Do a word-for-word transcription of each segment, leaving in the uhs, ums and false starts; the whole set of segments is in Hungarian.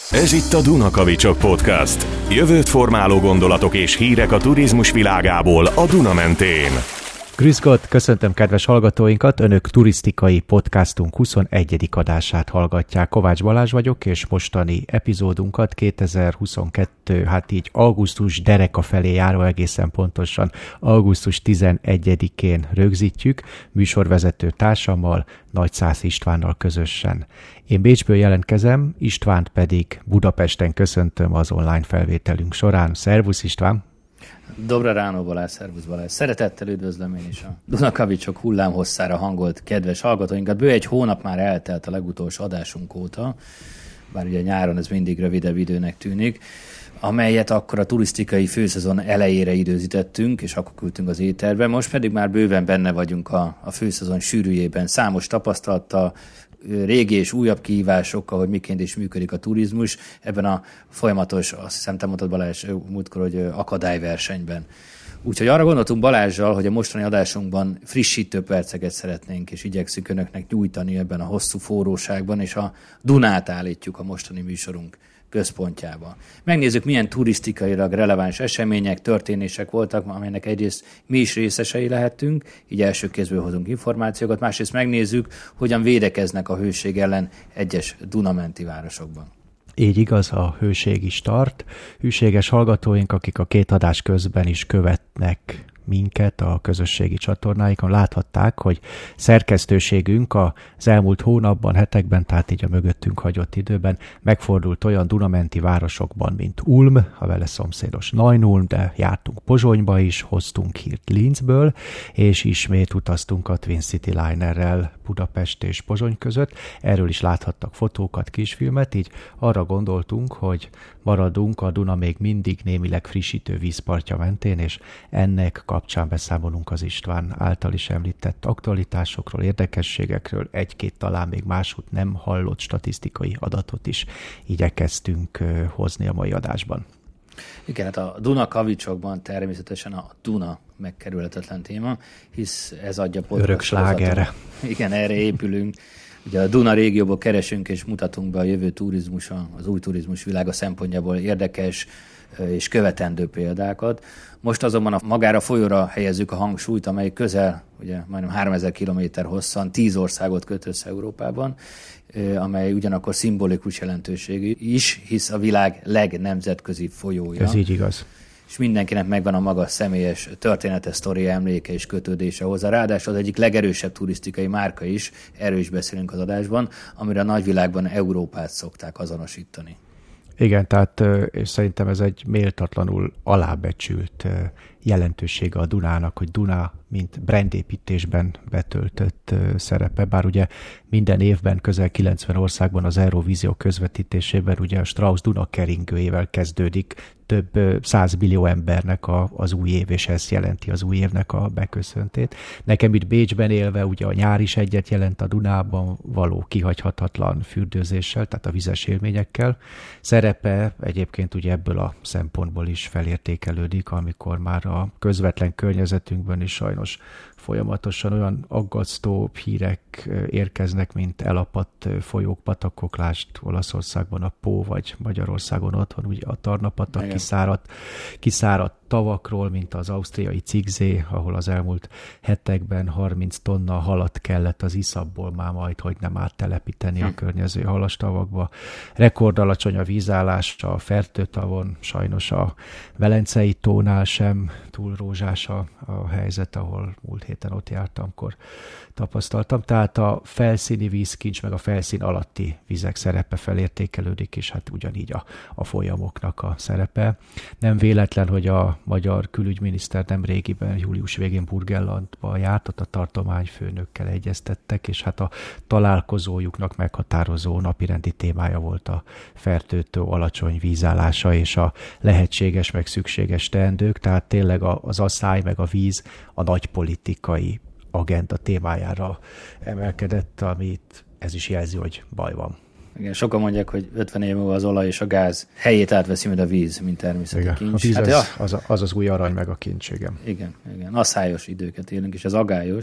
Ez itt a Dunakavicsok Podcast. Jövőt formáló gondolatok és hírek a turizmus világából a Duna mentén. Grüß Gott, köszöntöm kedves hallgatóinkat, Önök turisztikai podcastunk huszonegyedik adását hallgatják. Kovács Balázs vagyok, és mostani epizódunkat kétezer-huszonkettő, hát így augusztus dereka felé járó, egészen pontosan augusztus tizenegyedikén rögzítjük, műsorvezető társammal, Nagy Szász Istvánnal közösen. Én Bécsből jelentkezem, Istvánt pedig Budapesten köszöntöm az online felvételünk során. Szervusz István! Dobra ráno, Balázs, szervusz Balázs. Szeretettel üdvözlöm én is a Dunakavicsok hullámhosszára hangolt kedves hallgatóinkat. Bő egy hónap már eltelt a legutolsó adásunk óta, bár ugye nyáron ez mindig rövidebb időnek tűnik, amelyet akkor a turisztikai főszezon elejére időzítettünk, és akkor küldtünk az éterbe. Most pedig már bőven benne vagyunk a, a főszezon sűrűjében. Számos tapasztalattal, régi és újabb kihívásokkal, hogy miként is működik a turizmus ebben a folyamatos, azt hiszem te mondtad Balázs múltkor, hogy akadályversenyben. Úgyhogy arra gondoltunk Balázssal, hogy a mostani adásunkban frissítő perceket szeretnénk, és igyekszünk önöknek nyújtani ebben a hosszú forróságban, és a Dunát állítjuk a mostani műsorunk központjába. Megnézzük, milyen turisztikailag releváns események, történések voltak, amelynek egyrészt mi is részesei lehettünk, így első kézből hozunk információkat, másrészt megnézzük, hogyan védekeznek a hőség ellen egyes Dunamenti városokban. Így igaz, a hőség is tart. Hűséges hallgatóink, akik a két adás közben is követnek minket a közösségi csatornáikon, láthatták, hogy szerkesztőségünk az elmúlt hónapban, hetekben, tehát így a mögöttünk hagyott időben megfordult olyan dunamenti városokban, mint Ulm, a vele szomszédos Nain-Ulm, de jártunk Pozsonyba is, hoztunk hírt Linzből, és ismét utaztunk a Twin City Linerrel Budapest és Pozsony között. Erről is láthattak fotókat, kisfilmet, így arra gondoltunk, hogy maradunk a Duna még mindig némileg frissítő vízpartja mentén, és ennek kapcsán beszámolunk az István által is említett aktualitásokról, érdekességekről, egy-két talán még máshogy nem hallott statisztikai adatot is igyekeztünk hozni a mai adásban. Igen, hát a Dunakavicsokban természetesen a Duna megkerülhetetlen téma, hisz ez adja podcast. Örök slágerre. Igen, erre épülünk. Ugye a Duna régióból keresünk és mutatunk be a jövő turizmusa, az új turizmus világa szempontjából érdekes és követendő példákat. Most azonban a magára folyóra helyezzük a hangsúlyt, amely közel, ugye majdnem háromezer kilométer hosszan, tíz országot köt össze Európában, amely ugyanakkor szimbolikus jelentőségű is, hisz a világ legnemzetközi folyója. Ez így igaz. És mindenkinek megvan a maga személyes története, sztoria, emléke és kötődése hozzá. Ráadásul az egyik legerősebb turisztikai márka is, erről is beszélünk az adásban, amire a nagyvilágban Európát szokták azonosítani. Igen, tehát és szerintem ez egy méltatlanul alábecsült jelentősége a Dunának, hogy Duna mint brandépítésben betöltött szerepe, bár ugye minden évben közel kilencven országban az Eurovízió közvetítésében ugye a Strauss Duna keringőjével kezdődik több százmillió embernek a, az új év, és ez jelenti az új évnek a beköszöntét. Nekem itt Bécsben élve ugye a nyár is egyet jelent a Dunában való kihagyhatatlan fürdőzéssel, tehát a vizes élményekkel. Szerepe egyébként ugye ebből a szempontból is felértékelődik, amikor már a közvetlen környezetünkben is sajnos folyamatosan olyan aggasztó hírek érkeznek, mint elapadt folyók, patakok, lásd Olaszországban a Pó, vagy Magyarországon otthon, ugye a Tarna-patak, kiszáradt, kiszáradt tavakról, mint az ausztriai Zigsee, ahol az elmúlt hetekben harminc tonna halat kellett az iszapból már majd, hogy nem áttelepíteni hm. a környező halastavakba. Rekordalacsony a vízállás a Fertőtavon, sajnos a Velencei tónál sem túl rózsás a, a helyzet, ahol múlt héten ott jártam, akkor tapasztaltam. Tehát a felszíni vízkincs, meg a felszín alatti vizek szerepe felértékelődik, és hát ugyanígy a, a folyamoknak a szerepe. Nem véletlen, hogy a magyar külügyminiszter nem régiben, július végén Burgenlandba járt, ott a tartományfőnökkel egyeztettek, és hát a találkozójuknak meghatározó napirendi témája volt a Fertőtó alacsony vízállása és a lehetséges meg szükséges teendők, tehát tényleg az asszály meg a víz a nagy politikai agenda témájára emelkedett, amit ez is jelzi, hogy baj van. Igen, sokan mondják, hogy ötven év múlva az olaj és a gáz helyét átveszi, mint a víz, mint természeti igen, kincs. A víz hát, az, az, az az új arany meg a kincs, igen. Igen, igen. Asszályos időket élünk, és ez agályos,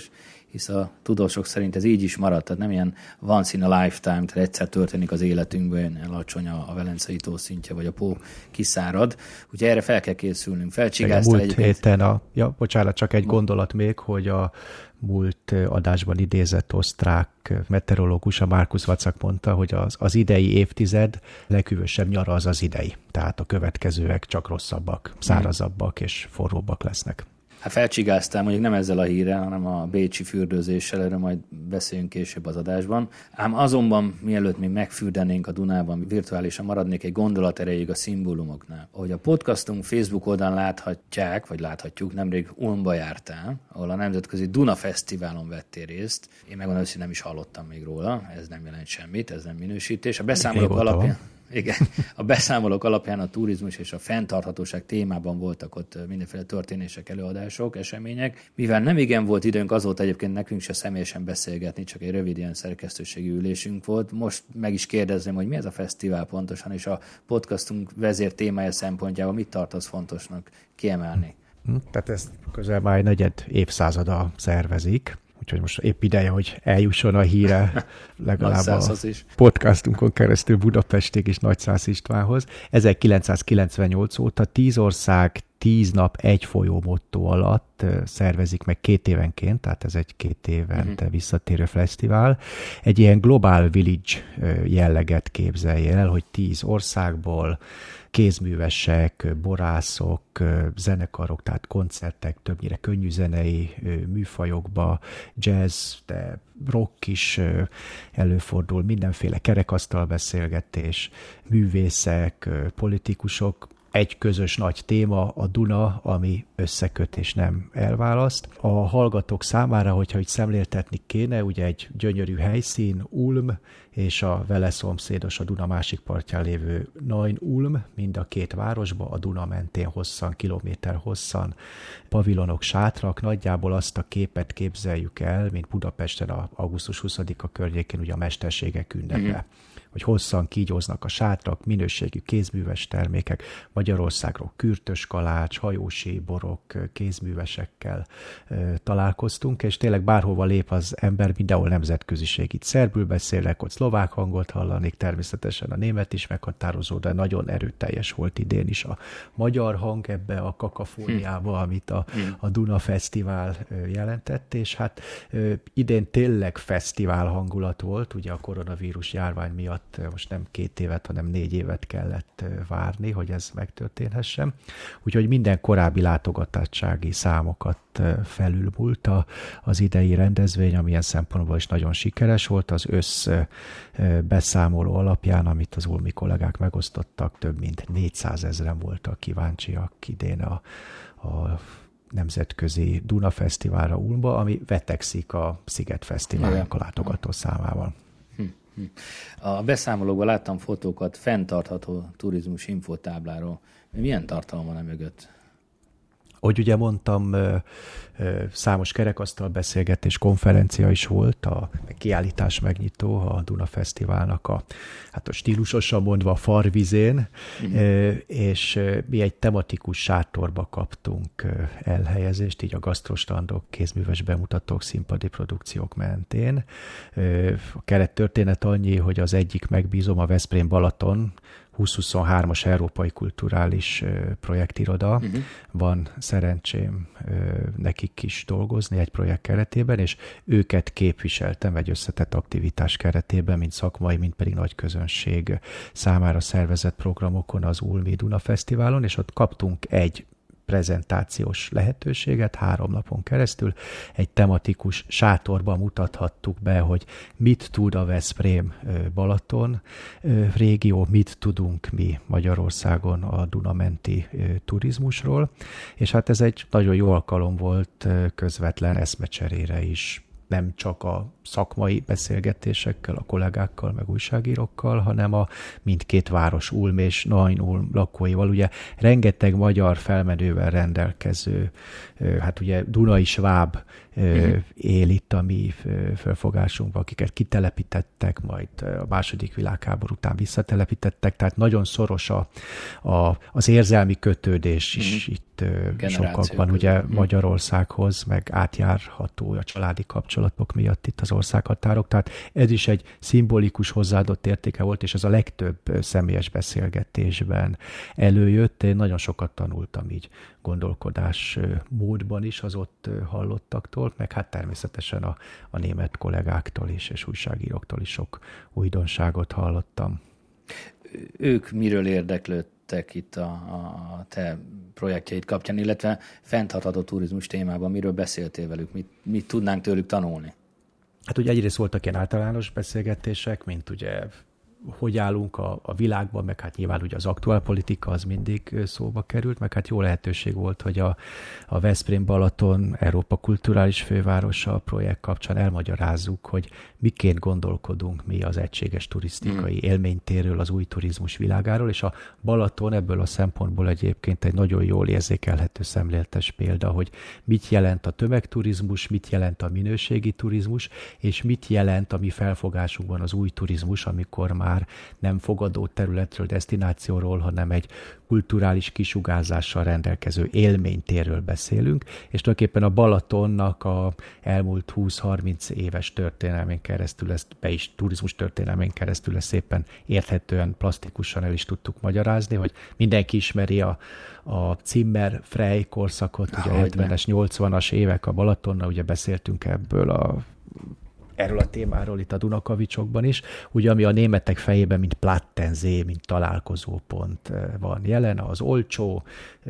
hisz a tudósok szerint ez így is maradt, tehát nem ilyen once in a lifetime, tehát egyszer történik az életünkben, alacsony a Velencei tó szintje, vagy a Pó kiszárad. Úgyhogy erre fel kell készülnünk. Felcsigáztál múlt egyébként... héten a, ja, bocsánat, csak egy gondolat még, hogy a múlt adásban idézett osztrák meteorológus, a Markus Vacak mondta, hogy az, az idei évtized leghűvösebb nyara az az idei. Tehát a következőek csak rosszabbak, szárazabbak és forróbbak lesznek. Hát felcsigáztál, mondjuk nem ezzel a hírrel, hanem a bécsi fürdőzéssel, erről majd beszéljünk később az adásban. Ám azonban, mielőtt még megfürdenénk a Dunában, virtuálisan maradnék egy gondolat erejéig a szimbólumoknál. Ahogy a podcastunk Facebook oldalán láthatják, vagy láthatjuk, nemrég Ulmba jártál, ahol a Nemzetközi Duna Fesztiválon vettél részt. Én megmondom, hogy nem is hallottam még róla, ez nem jelent semmit, ez nem minősítés. A beszámolók alapján... Igen, a beszámolók alapján a turizmus és a fenntarthatóság témában voltak ott mindenféle történések, előadások, események. Mivel nem igen volt időnk azóta egyébként nekünk se személyesen beszélgetni, csak egy rövid ilyen szerkesztőségi ülésünk volt. Most meg is kérdezném, hogy mi ez a fesztivál pontosan, és a podcastunk vezér témája szempontjából mit tartasz fontosnak kiemelni? Tehát ezt közel már egy negyed évszázada szervezik. Úgyhogy most épp ideje, hogy eljusson a híre legalább a podcastunkon keresztül Budapestig és Nagyszász Istvánhoz. ezerkilencszázkilencvennyolc óta tíz ország, tíz nap, egy folyó motto alatt szervezik meg két évenként, tehát ez egy két évente uh-huh. visszatérő fesztivál. Egy ilyen Global Village jelleget képzelje el, hogy tíz országból kézművesek, borászok, zenekarok, tehát koncertek, többnyire könnyűzenei műfajokba, jazz, de rock is előfordul, mindenféle kerekasztalbeszélgetés, művészek, politikusok, egy közös nagy téma, a Duna, ami összeköt és nem elválaszt. A hallgatók számára, hogyha így szemléltetni kéne, ugye egy gyönyörű helyszín, Ulm, és a vele szomszédos, a Duna másik partján lévő Nain-Ulm, mind a két városba, a Duna mentén hosszan, kilométer hosszan, pavilonok, sátrak, nagyjából azt a képet képzeljük el, mint Budapesten a augusztus huszadika környékén, ugye a mesterségek ünnepe. Mm-hmm. hogy hosszan kígyóznak a sátrak, minőségű kézműves termékek, Magyarországról kürtös kalács, hajósi borok, kézművesekkel e, találkoztunk, és tényleg bárhova lép az ember, mindenhol nemzetköziség. Itt szerbül beszélek, ott szlovák hangot hallanék, természetesen a német is meghatározó, de nagyon erőteljes volt idén is a magyar hang ebbe a kakafóniába, hm. amit a, hm. a Duna Fesztivál jelentett, és hát idén tényleg fesztivál hangulat volt, ugye a koronavírus járvány miatt most nem két évet, hanem négy évet kellett várni, hogy ez megtörténhessen. Úgyhogy minden korábbi látogatottsági számokat felülmúlt az idei rendezvény, amilyen szempontból is nagyon sikeres volt. Az össz beszámoló alapján, amit az ulmi kollégák megosztottak, több mint négyszázezren voltak kíváncsiak idén a, a nemzetközi Duna Fesztiválra Ulmba, ami vetekszik a Sziget Fesztiválnak a látogató számával. A beszámolóban láttam fotókat fenntartható turizmus infotábláról. Milyen tartalom van e mögött? Ahogy ugye mondtam, számos kerekasztal beszélgetés, konferencia is volt, a kiállítás megnyitó a Duna Fesztiválnak a, hát a stílusosan mondva farvizén, uh-huh. és mi egy tematikus sátorba kaptunk elhelyezést, így a gasztrostandok, kézműves bemutatók, színpadi produkciók mentén. A kerettörténet annyi, hogy az egyik megbízom, a Veszprém Balaton, húsz-huszonhármas Európai Kulturális Projektiroda. Uh-huh. Van szerencsém nekik is dolgozni egy projekt keretében, és őket képviseltem egy összetett aktivitás keretében, mint szakmai, mint pedig nagy közönség számára szervezett programokon az Ulmi Duna Fesztiválon, és ott kaptunk egy prezentációs lehetőséget három napon keresztül. Egy tematikus sátorban mutathattuk be, hogy mit tud a Veszprém Balaton régió, mit tudunk mi Magyarországon a Dunamenti turizmusról, és hát ez egy nagyon jó alkalom volt közvetlen eszmecserére is, nem csak a szakmai beszélgetésekkel, a kollégákkal, meg újságírókkal, hanem a mindkét város, Ulm és Nain-Ulm lakóival. Ugye rengeteg magyar felmenővel rendelkező, hát ugye Dunai sváb uh-huh. él itt a mi felfogásunkban, akiket kitelepítettek, majd a második világháború után visszatelepítettek, tehát nagyon szoros a, a, az érzelmi kötődés is uh-huh. itt sokakban, ugye uh-huh. Magyarországhoz, meg átjárható a családi kapcsolat kapcsolatok miatt itt az országhatárok. Tehát ez is egy szimbolikus hozzáadott értéke volt, és ez a legtöbb személyes beszélgetésben előjött. Én nagyon sokat tanultam így gondolkodás módban is az ott hallottaktól, meg hát természetesen a, a német kollégáktól is, és újságíróktól is sok újdonságot hallottam. Ők miről érdeklődtek itt a, a te projektjeid kapcsán, illetve fenntartható turizmus témában miről beszéltél velük, mit, mit tudnánk tőlük tanulni? Hát ugye egyrészt voltak ilyen általános beszélgetések, mint ugye hogy állunk a, a világban, meg hát nyilván ugye az aktuálpolitika az mindig szóba került, meg hát jó lehetőség volt, hogy a, a Veszprém-Balaton Európa kulturális fővárosa projekt kapcsán elmagyarázzuk, hogy miként gondolkodunk mi az egységes turisztikai mm. élménytérről, az új turizmus világáról, és a Balaton ebből a szempontból egyébként egy nagyon jól érzékelhető szemléletes példa, hogy mit jelent a tömegturizmus, mit jelent a minőségi turizmus, és mit jelent a mi felfogásunkban az új turizmus, amikor már már nem fogadó területről, desztinációról, hanem egy kulturális kisugárzással rendelkező élménytérről beszélünk, és tulajdonképpen a Balatonnak a elmúlt húsz-harminc éves történelmén keresztül, ezt be is turizmus történelmén keresztül ezt szépen érthetően, plastikusan el is tudtuk magyarázni, hogy mindenki ismeri a, a Zimmer Frey korszakot, ugye a hetvenes, nyolcvanas évek a Balatonnal, ugye beszéltünk ebből a erről a témáról itt a Dunakavicsokban is, ugye ami a németek fejében, mint Plattensee, mint találkozópont van jelen, az olcsó,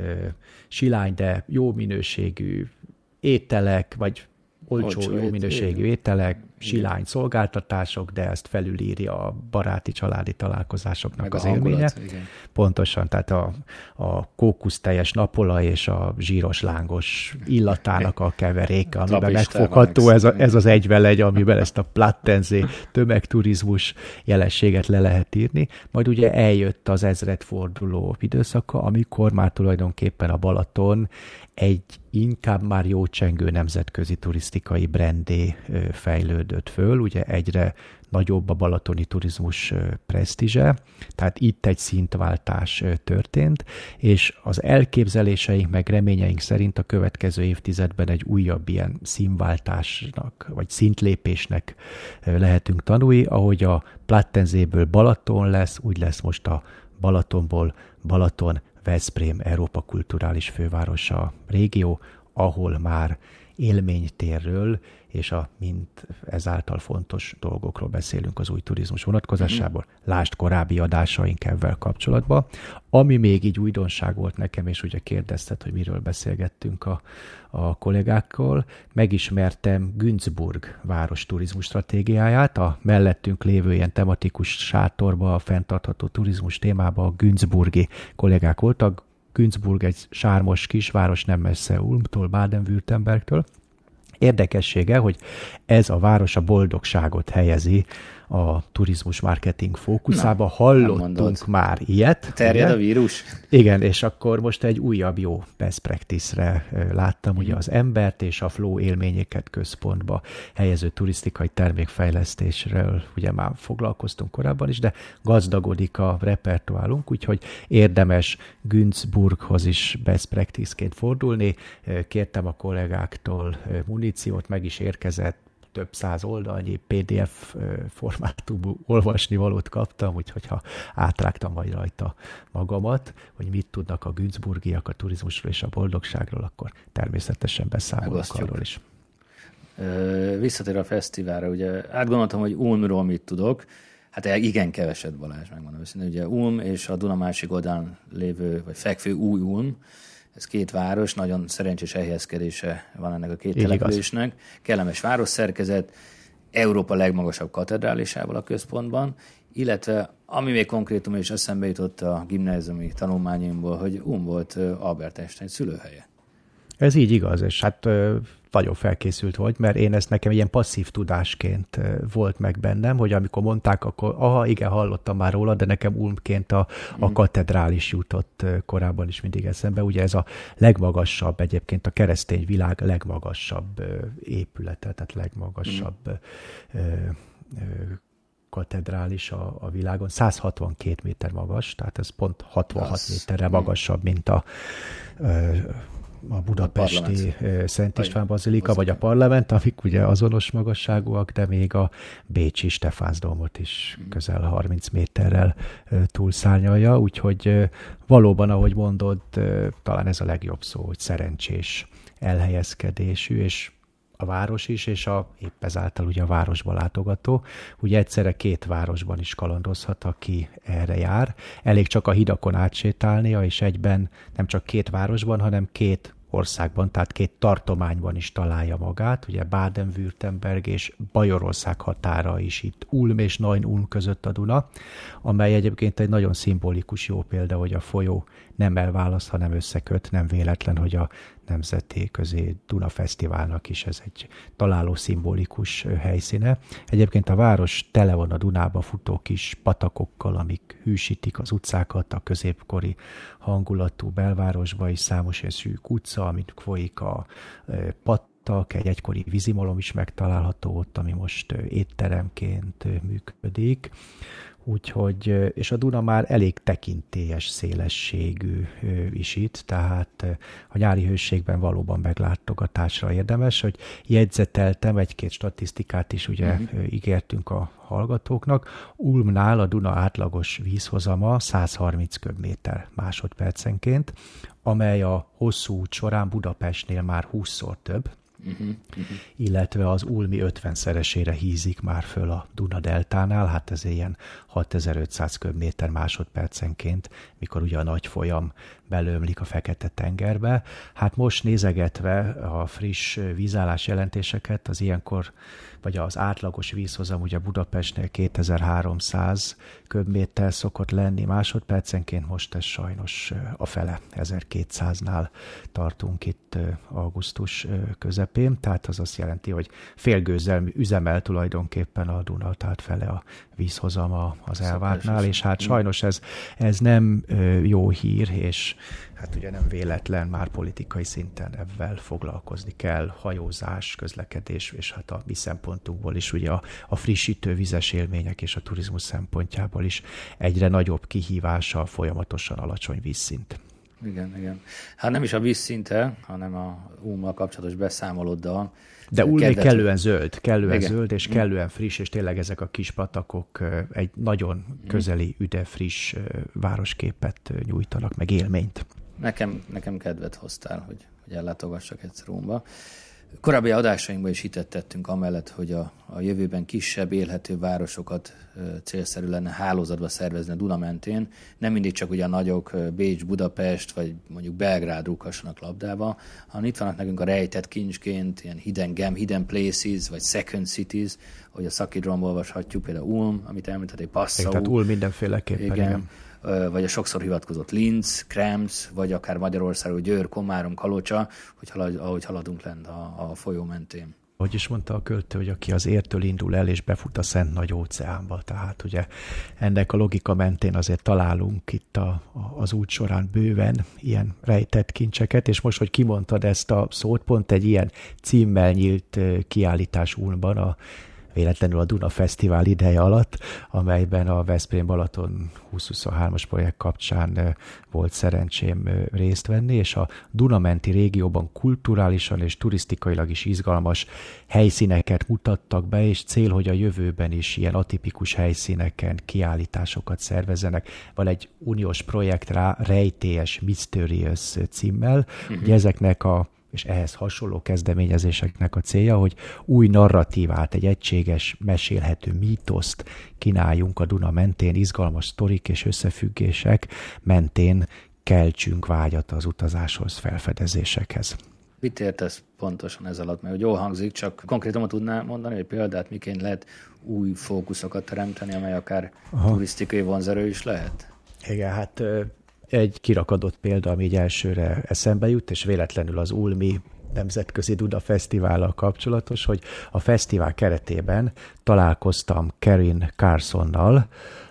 silány, de jó minőségű ételek, vagy olcsó, olcsó jó minőségű ételek, silány szolgáltatások, de ezt felülírja a baráti, családi találkozásoknak meg az élménye. Igen. Pontosan, tehát a, a kókuszteljes napolaj és a zsíros lángos illatának a keveréke, amiben megfogható ez, a, ez az egyvelegy, amiben ezt a Plattensee tömegturizmus jelenséget le lehet írni. Majd ugye eljött az ezredforduló időszaka, amikor már tulajdonképpen a Balaton egy inkább már jócsengő nemzetközi turisztikai brandé fejlődött föl, ugye egyre nagyobb a balatoni turizmus presztízse, tehát itt egy szintváltás történt, és az elképzeléseink meg reményeink szerint a következő évtizedben egy újabb ilyen színváltásnak, vagy szintlépésnek lehetünk tanulni, ahogy a Plattensee-ből Balaton lesz, úgy lesz most a Balatonból Balaton Veszprém Európa kulturális fővárosa régió, ahol már élménytérről és a mint ezáltal fontos dolgokról beszélünk az új turizmus vonatkozásából. Lásd korábbi adásaink ebben kapcsolatban. Ami még így újdonság volt nekem, és ugye kérdezted, hogy miről beszélgettünk a, a kollégákkal, megismertem Günzburg város turizmus stratégiáját, a mellettünk lévő ilyen tematikus sátorba, a fenntartható turizmus témába a günzburgi kollégák voltak. Günzburg egy sármos kisváros, nem messze Ulmtól, Baden-Württembergtől. Érdekessége, hogy ez a város a boldogságot helyezi a turizmus marketing fókuszába. Na, hallottunk már ilyet. Terjed ugye? A vírus. Igen, és akkor most egy újabb jó best practice-re láttam, mm. ugye az embert és a flow élményeket központba helyező turisztikai termékfejlesztésről, ugye már foglalkoztunk korábban is, de gazdagodik a repertoárunk, úgyhogy érdemes Günzburghoz is best practice-ként fordulni. Kértem a kollégáktól muníciót, meg is érkezett, több száz oldalnyi pé dé ef formátumú olvasnivalót kaptam, úgyhogy ha átrágtam majd rajta magamat, hogy mit tudnak a günzburgiak a turizmusról és a boldogságról, akkor természetesen beszámolok arról is. Visszatér a fesztiválra, ugye átgondoltam, hogy Ulmról mit tudok. Hát igen keveset, Balázs, megmondom őszintén. Ugye Ulm és a Duna másik oldalán lévő, vagy fekvő új Ulm, ez két város, nagyon szerencsés elhelyezkedése van ennek a két Így településnek. Igaz. Kellemes városszerkezet, Európa legmagasabb katedrálisával a központban, illetve ami még konkrétum is eszembe jutott a gimnáziumi tanulmányaimból, hogy Ulm volt Albert Einstein szülőhelye. Ez így igaz, és hát nagyon felkészült vagy, mert én ezt nekem ilyen passzív tudásként volt meg bennem, hogy amikor mondták, akkor aha, igen, hallottam már róla, de nekem Ulmként a, a katedrális jutott korábban is mindig eszembe. Ugye ez a legmagasabb, egyébként a keresztény világ legmagasabb épülete, tehát legmagasabb mm. ö, ö, katedrális a, a világon. száz hatvankét méter magas, tehát ez pont hatvanhat méterre magasabb, mint a ö, a budapesti a Szent István Bazilika, vagy a parlament, amik ugye azonos magasságúak, de még a bécsi Stephánsdómot is közel harminc méterrel túlszárnyalja, úgyhogy valóban, ahogy mondod, talán ez a legjobb szó, hogy szerencsés elhelyezkedésű, és a város is, és a, épp ezáltal ugye a városba látogató. Ugye egyszerre két városban is kalandozhat, aki erre jár. Elég csak a hidakon átsétálnia, és egyben nem csak két városban, hanem két országban, tehát két tartományban is találja magát. Ugye Baden-Württemberg és Bajorország határa is itt Ulm és Neun-Ulm között a Duna, amely egyébként egy nagyon szimbolikus jó példa, hogy a folyó nem elválaszt, hanem összeköt, nem véletlen, hogy a Nemzeti Közé Duna Fesztiválnak is ez egy találó szimbolikus helyszíne. Egyébként a város tele van a Dunába futó kis patakokkal, amik hűsítik az utcákat, a középkori hangulatú belvárosba is számos és szűk utca, amit folyik a patak, egy egykori vízimalom is megtalálható ott, ami most étteremként működik. Úgyhogy, és a Duna már elég tekintélyes szélességű is itt, tehát a nyári hőségben valóban meglátogatásra érdemes, hogy jegyzeteltem, egy-két statisztikát is ugye uh-huh. ígértünk a hallgatóknak. Ulmnál a Duna átlagos vízhozama száz harminc köbméter másodpercenként, amely a hosszú út során Budapestnél már húszszor több, Uh-huh, uh-huh. illetve az ulmi ötvenszeresére hízik már föl a Duna-deltánál, hát ez ilyen hatezer-ötszáz köbméter másodpercenként, mikor ugye a nagy folyam belömlik a Fekete-tengerbe. Hát most nézegetve a friss vízállás jelentéseket, az ilyenkor, vagy az átlagos vízhozam ugye Budapestnél kétezer-háromszáz köbméter szokott lenni másodpercenként, most ez sajnos a fele, ezerkétszáznál tartunk itt augusztus közepén, tehát az azt jelenti, hogy félgőzzel üzemel tulajdonképpen a Duna, tehát fele a vízhozama az elvártnál, és hát sajnos ez, ez nem jó hír, és hát ugye nem véletlen, már politikai szinten ebben foglalkozni kell, hajózás, közlekedés, és hát a mi szempontunkból is ugye a, a frissítő vizes élmények és a turizmus szempontjából is egyre nagyobb kihívása a folyamatosan alacsony vízszint. Igen, igen. Hát nem is a vízszinte, hanem a Ulmmal kapcsolatos beszámolóddal. De Ulm még kellően zöld, kellően igen. zöld, és kellően friss, és tényleg ezek a kis patakok egy nagyon közeli, üde, friss városképet nyújtanak, meg élményt. Nekem, nekem kedvet hoztál, hogy, hogy ellátogassak egyszer Ulmba. Korábbi adásainkban is hitet tettünk amellett, hogy a, a jövőben kisebb, élhető városokat e, célszerű lenne hálózatba szervezni a Duna mentén. Nem mindig csak ugye a nagyok, Bécs, Budapest, vagy mondjuk Belgrád rúghassanak labdába, hanem itt vannak nekünk a rejtett kincsként, ilyen hidden gem, hidden places, vagy second cities, hogy a szakidromból olvashatjuk, például Ulm, amit említett, egy Passau. Tehát Ulm mindenféleképpen, igen. igen. Vagy a sokszor hivatkozott Linz, Krems, vagy akár Magyarországon Győr, Komárom, Kalocsa, hogy halad, ahogy haladunk lent a, a folyó mentén. Hogy is mondta a költő, hogy aki az értől indul el, és befut a Szent Nagy Óceánba. Tehát ugye ennek a logika mentén azért találunk itt a, a, az út során bőven ilyen rejtett kincseket, és most, hogy kimondtad ezt a szót, pont egy ilyen címmel nyílt kiállítás Ulmban, a véletlenül a Duna Fesztivál ideje alatt, amelyben a Veszprém Balaton húsz-huszonhármas projekt kapcsán volt szerencsém részt venni, és a Dunamenti régióban kulturálisan és turisztikailag is izgalmas helyszíneket mutattak be, és cél, hogy a jövőben is ilyen atipikus helyszíneken kiállításokat szervezzenek. Van egy uniós projekt rá, Rejtélyes Mysterious címmel, uh-huh. ugye ezeknek a és ehhez hasonló kezdeményezéseknek a célja, hogy új narratívát, egy egységes, mesélhető mítoszt kínáljunk a Duna mentén, izgalmas sztorik és összefüggések mentén keltsünk vágyat az utazáshoz, felfedezésekhez. Mit értesz pontosan ez alatt? Mert jól hangzik, csak konkrétan tudná mondani, hogy példát miként lehet új fókuszokat teremteni, amely akár Aha. turisztikai vonzerő is lehet? Igen, hát egy kirakadott példa, ami így elsőre eszembe jut, és véletlenül az ulmi Nemzetközi Duna Fesztivállal kapcsolatos, hogy a fesztivál keretében találkoztam Karen Carsonnal,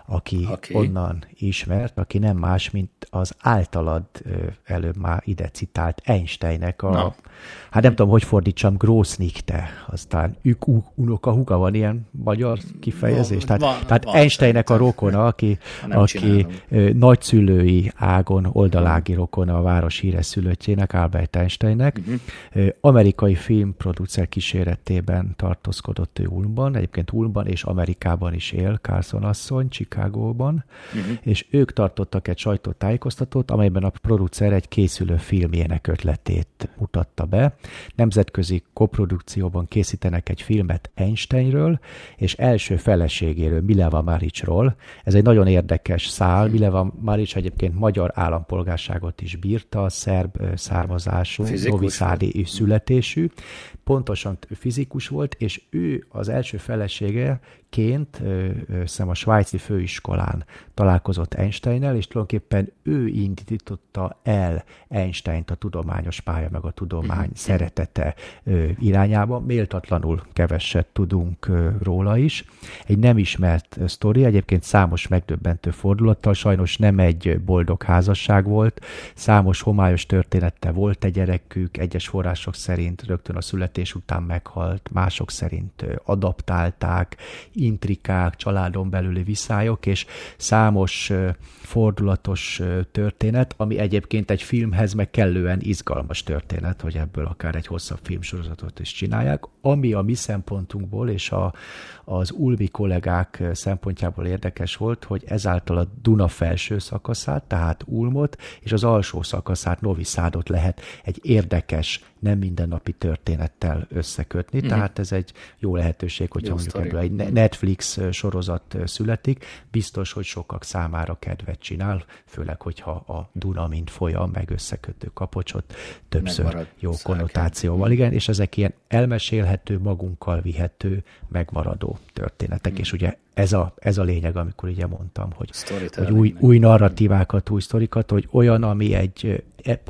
aki okay. onnan ismert, aki nem más, mint az általad előbb már ide citált Einsteinnek a, no. hát nem tudom, hogy fordítsam, Grossnichte, aztán ük unoka huga, van ilyen magyar kifejezés? Tehát, van, tehát van, Einsteinnek a rokona, aki, aki nagyszülői ágon oldalági rokona a város híres szülöttjének, Albert Einsteinnek. Uh-huh. Amerikai filmproducer kíséretében tartózkodott ő Ulmban, egyébként Ulmban és Amerikában is él Carson asszony, Chicagóban, uh-huh. és ők tartottak egy sajtótájékoztatót, amelyben a producer egy készülő filmjének ötletét mutatta be. Nemzetközi koprodukcióban készítenek egy filmet Einsteinről, és első feleségéről, Mileva Marićról. Ez egy nagyon érdekes szál. Mileva Marić egyébként magyar állampolgárságot is bírta, szerb származású, Novi Szádi születésű. Pontosan fizikus volt, és ő az első feleségeként hiszem a svájci főiskolán találkozott Einsteinnel, és tulajdonképpen ő indította el Einsteint a tudományos pálya, meg a tudomány szeretete irányába. Méltatlanul keveset tudunk róla is. Egy nem ismert sztori, egyébként számos megdöbbentő fordulattal, sajnos nem egy boldog házasság volt, számos homályos története volt egy gyerekük, egyes források szerint rögtön a születés után meghalt, mások szerint adaptálták, intrikák, családon belüli viszályok, és számos fordulatos történet, ami egyébként egy filmhez meg kellően izgalmas történet, hogy ebből akár egy hosszabb filmsorozatot is csinálják, ami a mi szempontunkból és a, az ulmi kollégák szempontjából érdekes volt, hogy ezáltal a Duna felső szakaszát, tehát Ulmot, és az alsó szakaszát, Novi Sadot lehet egy érdekes, nem mindennapi történettel összekötni, mm-hmm. tehát ez egy jó lehetőség, hogyha jó mondjuk sztori. Ebből egy Netflix sorozat születik, biztos, hogy sokak számára kedvet csinál, főleg, hogyha a Duna, mint folyam, meg összekötő kapocsot többször megmarad jó konnotációval, igen, és ezek ilyen elmesélhető, magunkkal vihető, megmaradó történetek, mm. és ugye ez a, ez a lényeg, amikor ugye mondtam, hogy, hogy új, új narratívákat, új sztorikat, hogy olyan, ami egy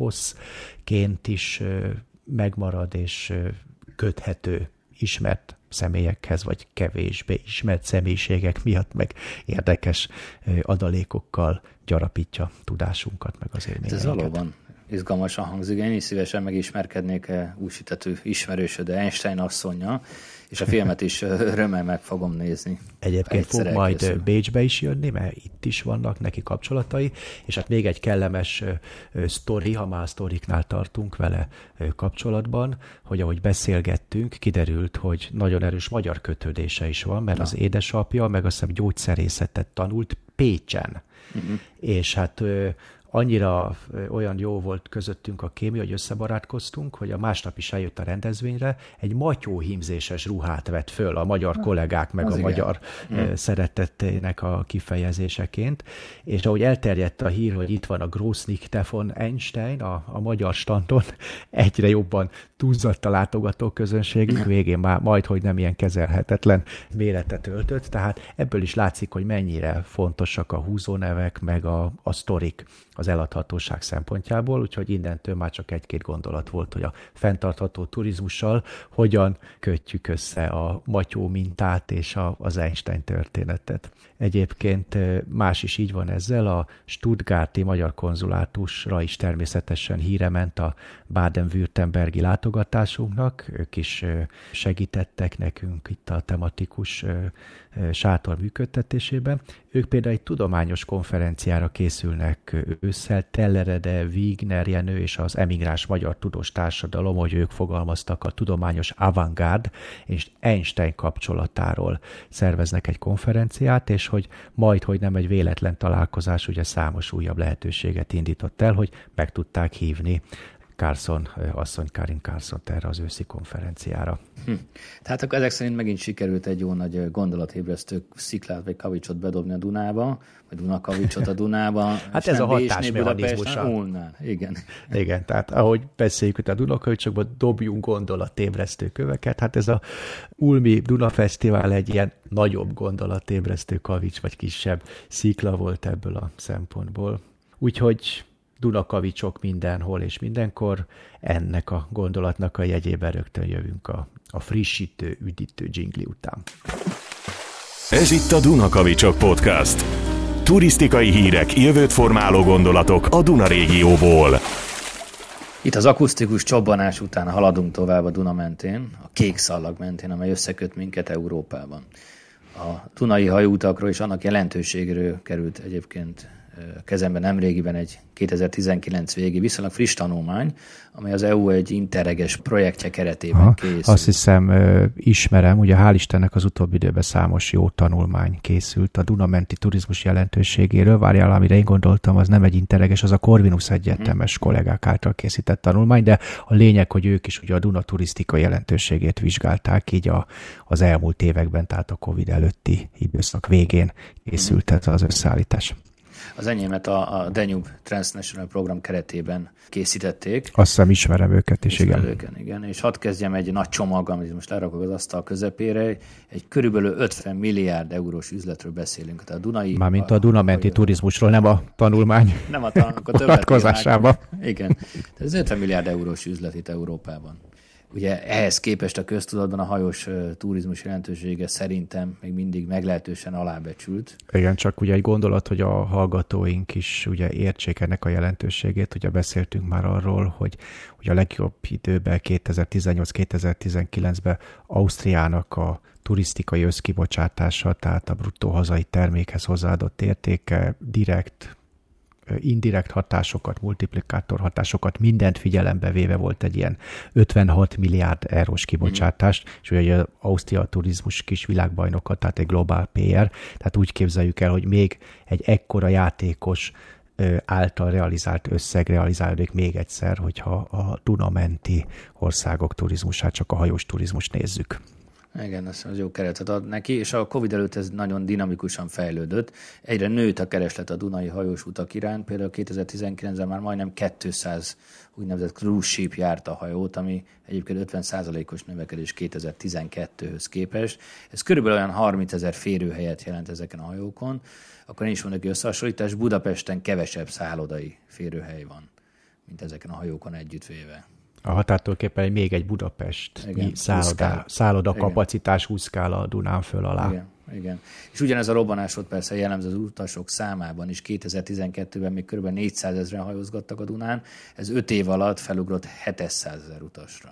eposzként is megmarad és köthető ismert személyekhez, vagy kevésbé ismert személyiségek miatt, meg érdekes adalékokkal gyarapítja tudásunkat, meg az élményeket. Ez valóban izgalmasan hangzik. Én is szívesen megismerkednék újsítető ismerősöd Einstein asszonya, és a filmet is örömmel meg fogom nézni. Egyébként fog majd elkészül. Bécsbe is jönni, mert itt is vannak neki kapcsolatai, és hát még egy kellemes sztori, ha már sztoriknál tartunk vele kapcsolatban, hogy ahogy beszélgettünk, kiderült, hogy nagyon erős magyar kötődése is van, mert Na. az édesapja meg azt hiszem gyógyszerészetet tanult Pécsen. Uh-huh. És hát annyira olyan jó volt közöttünk a kémia, hogy összebarátkoztunk, hogy a másnap is eljött a rendezvényre, egy matyóhímzéses ruhát vett föl a magyar kollégák, meg az a igen. magyar mm. szeretetének a kifejezéseként, és ahogy elterjedt a hír, hogy itt van a Grossnichte von Einstein a, a magyar standon, egyre jobban túlzott a látogató közönségünk, végén már majdhogy nem ilyen kezelhetetlen méretet öltött, tehát ebből is látszik, hogy mennyire fontosak a húzónevek, meg a, a sztorik az eladhatóság szempontjából, úgyhogy innentől már csak egy-két gondolat volt, hogy a fenntartható turizmussal hogyan kötjük össze a matyó mintát és a, az Einstein történetet. Egyébként más is így van ezzel, a stuttgarti magyar konzulátusra is természetesen híre ment a Baden-Württembergi látogatásunknak, ők is segítettek nekünk itt a tematikus sátor működtetésében. Ők például egy tudományos konferenciára készülnek ősszel, Tellerede, Wigner Jenő és az emigráns magyar tudós társadalom, hogy ők fogalmaztak a tudományos avantgárd és Einstein kapcsolatáról szerveznek egy konferenciát, és hogy majd, hogy nem egy véletlen találkozás, ugye számos újabb lehetőséget indított el, hogy meg tudták hívni Carson asszony, Karin Carsont erre az őszi konferenciára. Hm. Tehát akkor ezek szerint megint sikerült egy jó nagy gondolatébresztő sziklát vagy kavicsot bedobni a Dunába, vagy Dunakavicsot a Dunába. Hát ez a hatásmechanizmusa. Igen. Igen, tehát ahogy beszéljük itt a Dunakavicsokban, dobjunk gondolatébresztő köveket. Hát ez a Ulmi Dunafesztivál egy ilyen nagyobb gondolatébresztő kavics, vagy kisebb szikla volt ebből a szempontból. Úgyhogy Dunakavicsok mindenhol és mindenkor, ennek a gondolatnak a jegyében rögtön jövünk a, a frissítő, üdítő dzsingli után. Ez itt a Dunakavicsok Podcast. Turisztikai hírek, jövőt formáló gondolatok a Duna régióból. Itt az akusztikus csobbanás után haladunk tovább a Duna mentén, a kék szallag mentén, amely összeköt minket Európában. A dunai hajóutakról és annak jelentőségéről került egyébként kezemben nemrégiben egy kétezer-tizenkilenc végi viszonylag friss tanulmány, amely az é u egy interreges projektje keretében Aha, készült. Azt hiszem, ismerem, ugye hál' Istennek az utóbbi időben számos jó tanulmány készült a Duna-menti turizmus jelentőségéről. Várjál, amire én gondoltam, az nem egy interreges, az a Corvinus egyetemes hmm. kollégák által készített tanulmány, de a lényeg, hogy ők is ugye a Duna turisztikai jelentőségét vizsgálták, így a, az elmúlt években, tehát a Covid előtti időszak végén készült hmm. az összeállítás. Az enyémet a, a Danube Transnational program keretében készítették. Azt hiszem ismerem őket is, igen. Őken, igen. És hadd kezdjem egy nagy csomag, amit most lerakok az asztal közepére. Egy körülbelül ötven milliárd eurós üzletről beszélünk. Tehát a Dunai... Mármint a, a Duna-menti a, turizmusról, nem a tanulmány nem a tanulmány, a vonatkozásában. Igen. Tehát ez ötven milliárd eurós üzlet itt Európában. Ugye ehhez képest a köztudatban a hajós uh, turizmus jelentősége szerintem még mindig meglehetősen alábecsült. Igen, csak ugye egy gondolat, hogy a hallgatóink is ugye értsék ennek a jelentőségét. Ugye beszéltünk már arról, hogy ugye a legjobb időben kétezer-tizennyolc-kétezer-tizenkilencben Ausztriának a turisztikai összkibocsátása, tehát a bruttó hazai termékhez hozzáadott értéke direkt indirekt hatásokat, multiplikátor hatásokat, mindent figyelembe véve volt egy ilyen ötvenhat milliárd eurós kibocsátás, mm. és ugye az Ausztria turizmus kis világbajnoka, tehát egy globál pé er, tehát úgy képzeljük el, hogy még egy ekkora játékos által realizált összeg realizálódik még egyszer, hogyha a Duna-menti országok turizmusát, csak a hajós turizmust nézzük. Igen, az jó keretet ad neki, és a Covid előtt ez nagyon dinamikusan fejlődött. Egyre nőtt a kereslet a dunai hajós utak iránt, például kétezer-tizenkilencben már majdnem kétszáz úgynevezett cruise ship járt a hajót, ami egyébként ötven százalékos növekedés kétezer-tizenkettőhöz képest. Ez körülbelül olyan harmincezer férőhelyet jelent ezeken a hajókon. Akkor én is mondok egy összehasonlítás, Budapesten kevesebb szállodai férőhely van, mint ezeken a hajókon együttvéve. A határtól még egy Budapest igen, szálloda, szálloda kapacitás húszkál a Dunán föl alá. Igen, igen. És ugyanez a robbanás volt persze jellemző az utasok számában is. kétezer-tizenkettőben még kb. négyszázezren hajózgattak a Dunán. Ez öt év alatt felugrott hétszázezer utasra.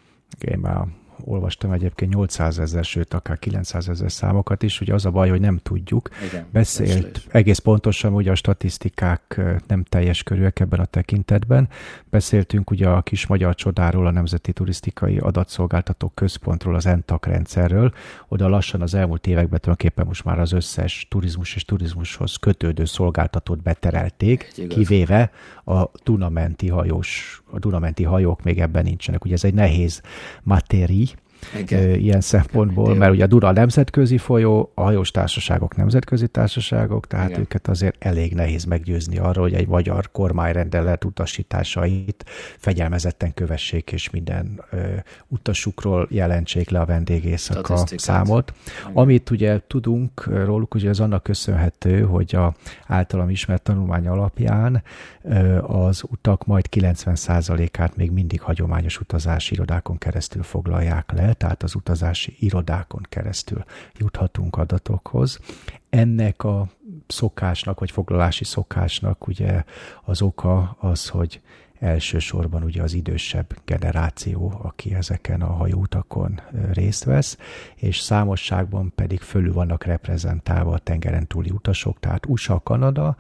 Én már olvastam egyébként nyolcszázezer, sőt akár kilencszázezer számokat is, ugye az a baj, hogy nem tudjuk. Igen, Beszélt egész pontosan, ugye a statisztikák nem teljes körűek ebben a tekintetben. Beszéltünk ugye a kis magyar csodáról, a Nemzeti Turisztikai Adatszolgáltatók Központról, az en té á ká rendszerről. Oda lassan az elmúlt években tulajdonképpen most már az összes turizmus és turizmushoz kötődő szolgáltatót beterelték, kivéve a Duna-menti hajós, a Duna-menti hajók még ebben nincsenek. Ugye ez egy nehéz matéri, igen. ilyen szempontból, igen. mert ugye a Duna nemzetközi folyó, a hajós társaságok nemzetközi társaságok, tehát igen. őket azért elég nehéz meggyőzni arról, hogy egy magyar kormányrendelet utasításait fegyelmezetten kövessék, és minden ö, utasukról jelentsék le a vendégészaka számot. Igen. Amit ugye tudunk róluk, ugye az annak köszönhető, hogy a általam ismert tanulmány alapján ö, az utak majd kilencven százalékát még mindig hagyományos utazási irodákon keresztül foglalják le, tehát az utazási irodákon keresztül juthatunk adatokhoz. Ennek a szokásnak, vagy foglalási szokásnak ugye az oka az, hogy elsősorban ugye az idősebb generáció, aki ezeken a hajóutakon részt vesz, és számosságban pedig fölül vannak reprezentálva a tengeren túli utasok, tehát u es á, Kanada,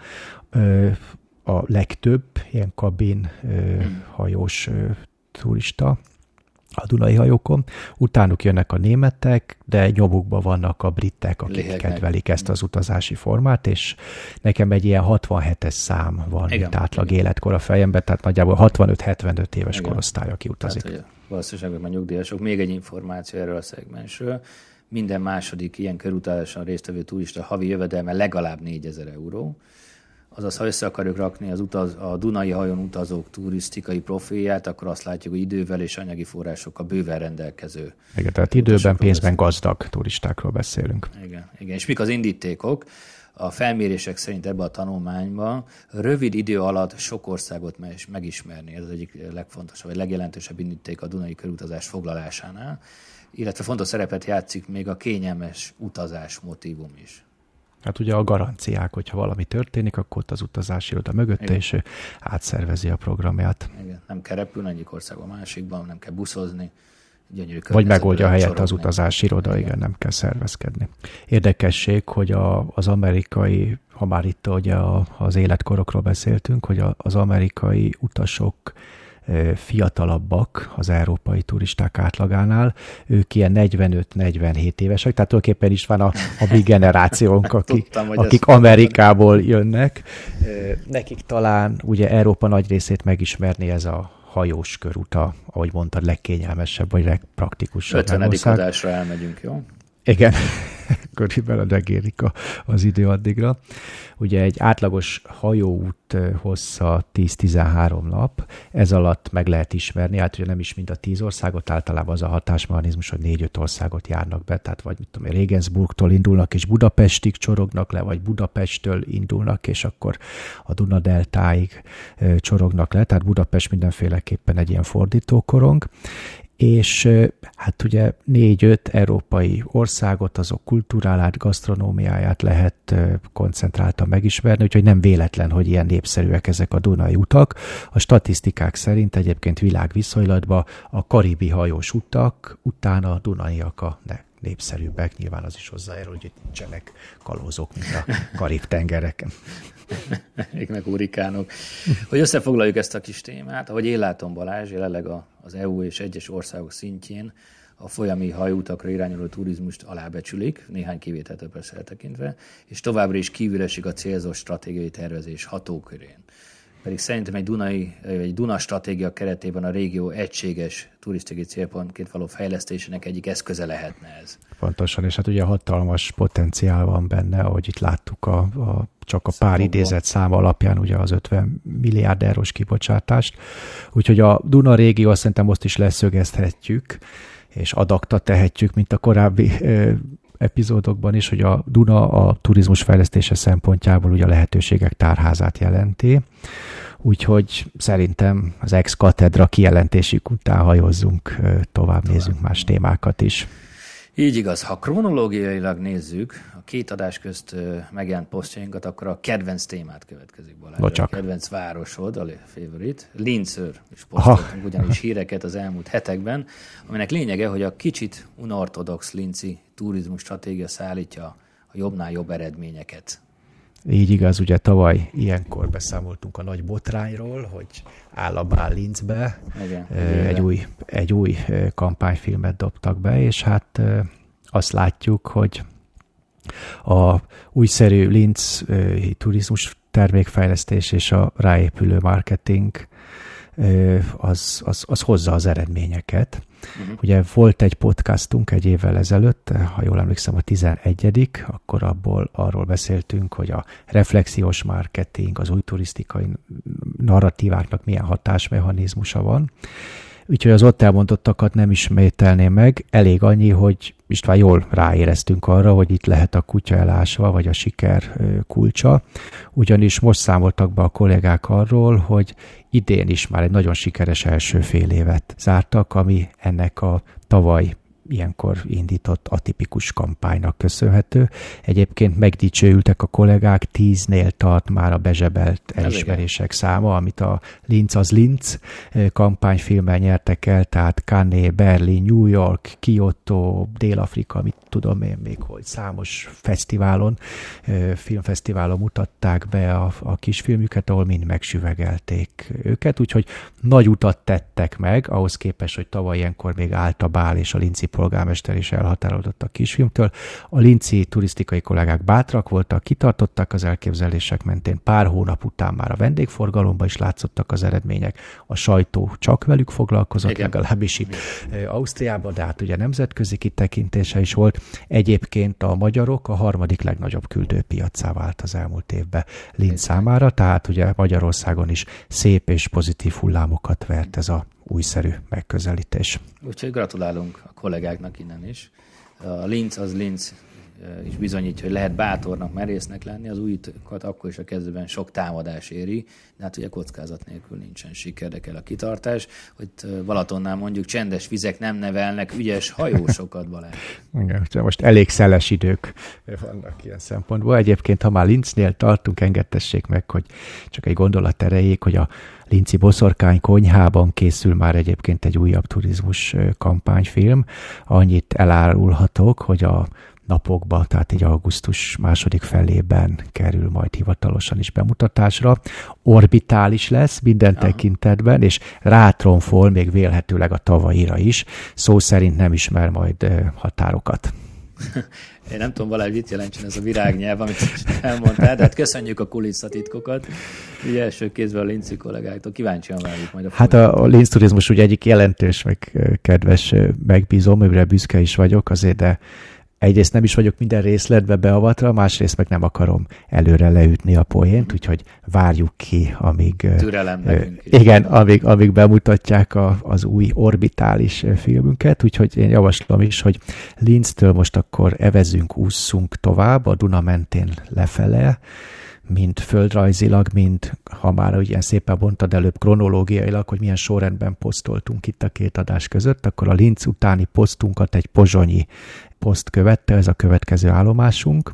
a legtöbb ilyen kabin hajós turista, a dunai hajókon. Utánuk jönnek a németek, de nyomukban vannak a britek, akik Léhegnek. kedvelik ezt az utazási formát, és nekem egy ilyen hatvanhetes szám van, igen, mint átlag igen. életkor a fejemben, tehát nagyjából hatvanöt-hetvenöt éves igen. korosztály, aki utazik. Tehát, valószínűleg már nyugdíjasok. Még egy információ erről a szegmensről. Minden második ilyen körutazáson résztvevő turista havi jövedelme legalább négyezer euró. Azaz, ha össze akarjuk rakni az utaz, a Dunai hajón utazók turisztikai profilját, akkor azt látjuk, hogy idővel és anyagi forrásokkal bőven rendelkező. Igen, tehát időben, pénzben gazdag turistákról beszélünk. Igen, igen. És mik az indítékok? A felmérések szerint ebben a tanulmányban rövid idő alatt sok országot megismerni. Ez az egyik legfontosabb, vagy legjelentősebb indíték a dunai körutazás foglalásánál. Illetve fontos szerepet játszik még a kényelmes utazás motívum is. Hát ugye a garanciák, hogyha valami történik, akkor ott az utazási iroda mögötte, igen, és ő átszervezi a programját. Igen, nem kell repülni egyik országban a másikban, nem kell buszozni. Vagy megoldja a helyet az utazási iroda, igen. igen, nem kell szervezkedni. Érdekesség, hogy a, az amerikai, ha már itt ugye a, az életkorokról beszéltünk, hogy a, az amerikai utasok fiatalabbak az európai turisták átlagánál, ők ilyen negyvenöt-negyvenhét évesek, tehát tulajdonképpen is van a, a mi generációnk, akik, Tudtam, akik Amerikából jönnek. Nekik talán ugye Európa nagy részét megismerni ez a hajós köruta, ahogy mondtad, legkényelmesebb, vagy legpraktikusabb. ötvenedik adásra elmegyünk, jó? Igen, körülbelül megérik a, az idő addigra. Ugye egy átlagos hajóút hossza tíz-tizenhárom nap, ez alatt meg lehet ismerni, hát ugye nem is mind a tíz országot, általában az a hatásmechanizmus, hogy négy-öt országot járnak be, tehát vagy mit tudom én, Regensburgtól indulnak és Budapestig csorognak le, vagy Budapesttől indulnak, és akkor a Duna-deltáig csorognak le, tehát Budapest mindenféleképpen egy ilyen fordítókorong, és hát ugye négy-öt európai országot, azok kultúrálát, gasztronómiáját lehet koncentráltan megismerni, úgyhogy nem véletlen, hogy ilyen népszerűek ezek a Dunai utak. A statisztikák szerint egyébként világviszonylatban a karibi hajós utak utána a dunaiak a népszerűbbek. Nyilván az is hozzájárul, hogy itt nincsenek kalózok, mint a Karib-tengereken. Még meg hurrikánok. Hogy összefoglaljuk ezt a kis témát, ahogy én látom, Balázs, jelenleg az é u és egyes országok szintjén a folyami hajóutakra irányuló turizmust alábecsülik, néhány kivételtől persze eltekintve, és továbbra is kívül esik a célzott stratégiai tervezés hatókörén. Pedig szerintem egy, Dunai, egy Duna stratégia keretében a régió egységes turisztikai célpontként való fejlesztésének egyik eszköze lehetne ez. Pontosan, és hát ugye hatalmas potenciál van benne, ahogy itt láttuk a, a csak a pár idézett száma alapján ugye az ötven milliárd eurós kibocsátást. Úgyhogy a Duna régió szerintem most is leszögezhetjük, és adakta tehetjük, mint a korábbi ö, epizódokban is, hogy a Duna a turizmus fejlesztése szempontjából ugye a lehetőségek tárházát jelenti. Úgyhogy szerintem az ex-katedra kijelentésük után hajózzunk, tovább nézzünk más témákat is. Így igaz, ha kronológiailag nézzük a két adás közt megjelent posztjainkat, akkor a kedvenc témát következik, Balázs. A kedvenc városod, a favorite, Linzről is posztoltunk ugyanis híreket az elmúlt hetekben, aminek lényege, hogy a kicsit unortodox linci turizmus stratégia szállítja a jobbnál jobb eredményeket. Így igaz, ugye tavaly ilyenkor beszámoltunk a nagy botrányról, hogy áll a bál Linzbe, Igen, egy, új, egy új kampányfilmet dobtak be, és hát azt látjuk, hogy a újszerű Linz turizmus termékfejlesztés és a ráépülő marketing az, az, az hozza az eredményeket. Uh-huh. Ugye volt egy podcastunk egy évvel ezelőtt, ha jól emlékszem a tizenegyedik, akkor abból arról beszéltünk, hogy a reflexiós marketing, az új turisztikai narratíváknak milyen hatásmechanizmusa van. Úgyhogy az ott elmondottakat nem ismételném meg, elég annyi, hogy István jól ráéreztünk arra, hogy itt lehet a kutya elásva, vagy a siker kulcsa. Ugyanis most számoltak be a kollégák arról, hogy idén is már egy nagyon sikeres első fél évet zártak, ami ennek a tavaly ilyenkor indított atipikus kampánynak köszönhető. Egyébként megdicsőültek a kollégák, tíznél tart már a bezsebelt elismerések száma, amit a Linz az Linz kampányfilmmel nyertek el, tehát Cannes, Berlin, New York, Kyoto, Dél-Afrika, mit tudom én még, hogy számos fesztiválon, filmfesztiválon mutatták be a, a kisfilmüket, ahol mind megsüvegelték őket, úgyhogy nagy utat tettek meg, ahhoz képest, hogy tavaly ilyenkor még állt a bál, és a linci polgármester is elhatárolódott a kisfilmtől. A linci turisztikai kollégák bátrak voltak, kitartottak az elképzelések mentén, pár hónap után már a vendégforgalomban is látszottak az eredmények. A sajtó csak velük foglalkozott, Igen. legalábbis itt Igen. Ausztriában, de hát ugye nemzetközi kitekintése is volt. Egyébként a magyarok a harmadik legnagyobb küldőpiaccá vált az elmúlt évben Linz számára, tehát ugye Magyarországon is szép és pozitív hullámokat vert ez a újszerű megközelítés. Úgyhogy gratulálunk a kollégáknak innen is. A Linz az Linz és bizonyítja, hogy lehet bátornak, merésznek lenni, az újitokat akkor is a kezdőben sok támadás éri, de hát ugye kockázat nélkül nincsen siker, de kell a kitartás, hogy Balatonnál mondjuk csendes vizek nem nevelnek ügyes hajósokat, Balázs. Igen, most elég szeles idők vannak ilyen szempontból. Egyébként, ha már Linznél tartunk, engedtessék meg, hogy csak egy gondolat erejéig, hogy a linci boszorkány konyhában készül már egyébként egy újabb turizmus kampányfilm. Annyit elárulhatok, hogy a napokban, tehát egy augusztus második felében kerül majd hivatalosan is bemutatásra. Orbitális lesz minden Aha. tekintetben, és rátronfol még vélhetőleg a tavaira is. Szó szerint nem ismer majd határokat. Én nem tudom, Balázs, mit jelentsen ez a virágnyelv, amit elmondtál, de hát köszönjük a kulisszatitkokat. Ugye első kézben a linci kollégáktól. Kíváncsian várjuk majd a Hát a, a Linz turizmus ugye egyik jelentős, meg kedves megbízom, amire büszke is vagyok azért, de egyrészt nem is vagyok minden részletbe beavatva, másrészt meg nem akarom előre leütni a poént, úgyhogy várjuk ki, amíg, Türelem nekünk is. Igen, amíg, amíg bemutatják a, az új orbitális filmünket, úgyhogy én javaslom is, hogy Linztől most akkor evezünk, ússzunk tovább a Duna mentén lefele, mind földrajzilag, mind, ha már ilyen szépen bontad előbb kronológiailag, hogy milyen sorrendben posztoltunk itt a két adás között, akkor a Linz utáni posztunkat egy pozsonyi poszt követte, ez a következő állomásunk.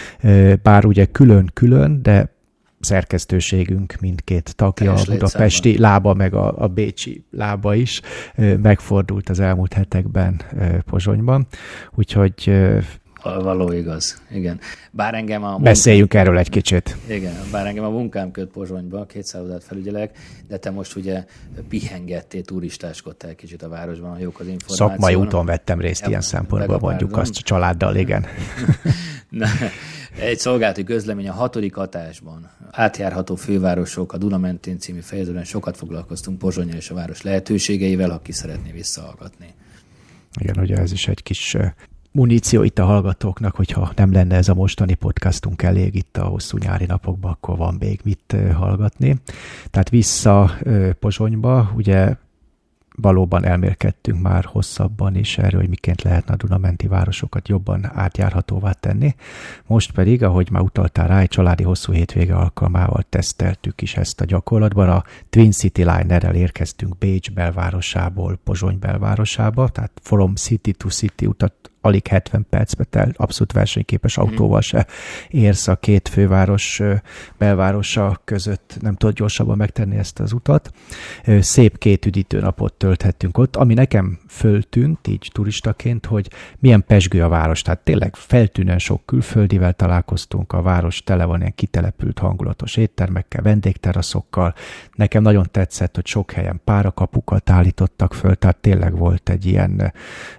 Bár ugye külön-külön, de szerkesztőségünk mindkét tagja, a budapesti lába, meg a, a bécsi lába is megfordult az elmúlt hetekben Pozsonyban. Úgyhogy való igaz, igen. Bár engem a Beszéljünk munkám, erről egy kicsit. Igen, bár engem a munkám köt Pozsonyba, két szállodát felügyelek, de te most ugye pihengettél, turistáskodtál kicsit a városban, ha jók az információk. Szakmai úton vettem részt ilyen szempontból, mondjuk azt a családdal, igen. Na, egy szolgálati közlemény a hatodik hatásban. Átjárható fővárosok, a Duna mentén című fejezetben sokat foglalkoztunk Pozsonnyal és a város lehetőségeivel, ha ki szeretné visszahallgatni. Igen, ugye ez is egy kis muníció itt a hallgatóknak, hogyha nem lenne ez a mostani podcastunk elég itt a hosszú nyári napokban, akkor van még mit hallgatni. Tehát vissza Pozsonyba, ugye valóban elmélkedtünk már hosszabban is erről, hogy miként lehetne a Dunamenti városokat jobban átjárhatóvá tenni. Most pedig, ahogy már utaltál rá, egy családi hosszú hétvége alkalmával teszteltük is ezt a gyakorlatban. A Twin City Liner-rel érkeztünk Bécs belvárosából Pozsony belvárosába, tehát from city to city utat alig hetven percbe telt, abszolút versenyképes autóval se érsz a két főváros belvárosa között, nem tudod gyorsabban megtenni ezt az utat. Szép két üdítő napot tölthettünk ott, ami nekem föltűnt így turistaként, hogy milyen pezsgő a város, tehát tényleg feltűnően sok külföldivel találkoztunk, a város tele van ilyen kitelepült hangulatos éttermekkel, vendégteraszokkal. Nekem nagyon tetszett, hogy sok helyen párakapukat állítottak föl, tehát tényleg volt egy ilyen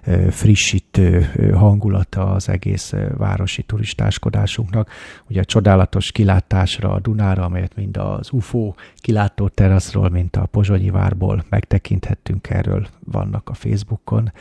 frissítő hangulata az egész városi turistáskodásunknak. Ugye a csodálatos kilátásra a Dunára, amelyet mind az u f o kilátó teraszról, mint a Pozsonyi várból megtekinthettünk, erről vannak a Facebookon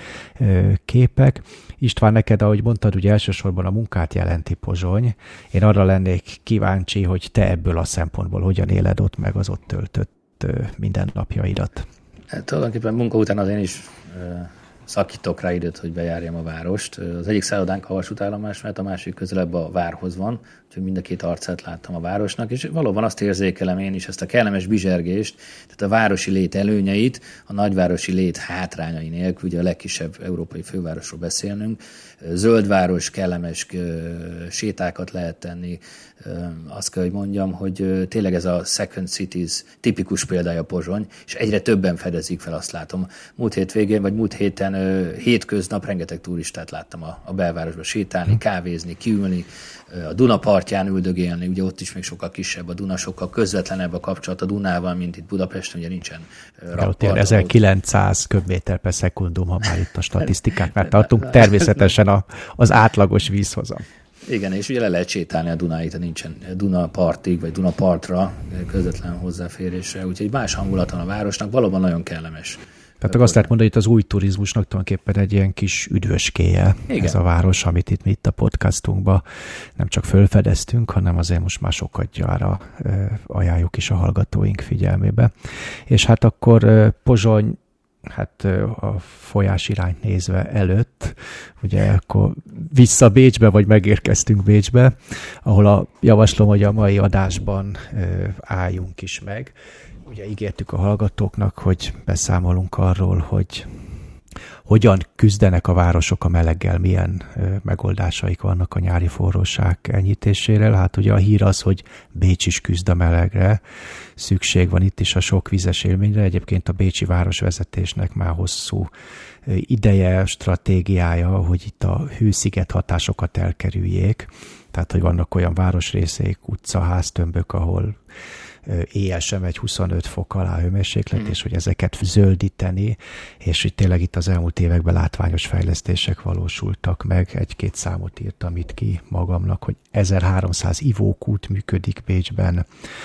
képek. István, neked, ahogy mondtad, ugye elsősorban a munkát jelenti Pozsony. Én arra lennék kíváncsi, hogy te ebből a szempontból hogyan éled ott meg az ott töltött mindennapjaidat. Hát, tulajdonképpen munka után az én is szakítok rá időt, hogy bejárjam a várost. Az egyik szállodánk a vasútállomás, mert a másik közelebb a várhoz van, úgyhogy mind a két arcát láttam a városnak, és valóban azt érzékelem én is, ezt a kellemes bizsergést, tehát a városi lét előnyeit, a nagyvárosi lét hátrányai nélkül, ugye a legkisebb európai fővárosról beszélnünk. Zöldváros, kellemes sétákat lehet tenni. Azt kell, hogy mondjam, hogy tényleg ez a Second Cities tipikus példája Pozsony, és egyre többen fedezik fel, azt látom. Múlt hétvégén, vagy múlt héten, hétköznap rengeteg turistát láttam a, a belvárosba sétálni, kávézni, kiülni, a Duna partján üldögélni, ugye ott is még sokkal kisebb a Duna, sokkal közvetlenebb a kapcsolat a Dunával, mint itt Budapesten, ugye nincsen rakpart. Ott ezerkilencszáz köbméter per szekundum, ha már itt a statisztikáknál tartunk, természetesen a, az átlagos vízhozam. Igen, és ugye le lehet sétálni a Dunáig, tehát nincsen Duna partig, vagy Duna partra közvetlen hozzáférésre, úgyhogy más hangulat van a városnak, valóban nagyon kellemes. Tehát azt lehet mondani, hogy az új turizmusnak tulajdonképpen egy ilyen kis üdvöskéje. Igen. Ez a város, amit itt mi itt a podcastunkban nem csak fölfedeztünk, hanem azért most már sokadjára ajánljuk is a hallgatóink figyelmébe. És hát akkor Pozsony hát a folyás irányt nézve előtt, ugye akkor vissza Bécsbe, vagy megérkeztünk Bécsbe, ahol a, javaslom, hogy a mai adásban álljunk is meg. Ugye ígértük a hallgatóknak, hogy beszámolunk arról, hogy hogyan küzdenek a városok a meleggel, milyen ö, megoldásaik vannak a nyári forróság enyhítésére. Hát ugye a hír az, hogy Bécs is küzd a melegre, szükség van itt is a sok vizes élményre. Egyébként a bécsi városvezetésnek már hosszú ö, ideje, stratégiája, hogy itt a hősziget hatásokat elkerüljék. Tehát, hogy vannak olyan városrészek, utca, háztömbök, ahol éjjel sem egy huszonöt fok alá hőmérséklet, mm. és hogy ezeket zöldíteni, és hogy tényleg itt az elmúlt években látványos fejlesztések valósultak meg. Egy-két számot írtam itt ki magamnak, hogy ezerháromszáz ivókút működik Bécsben,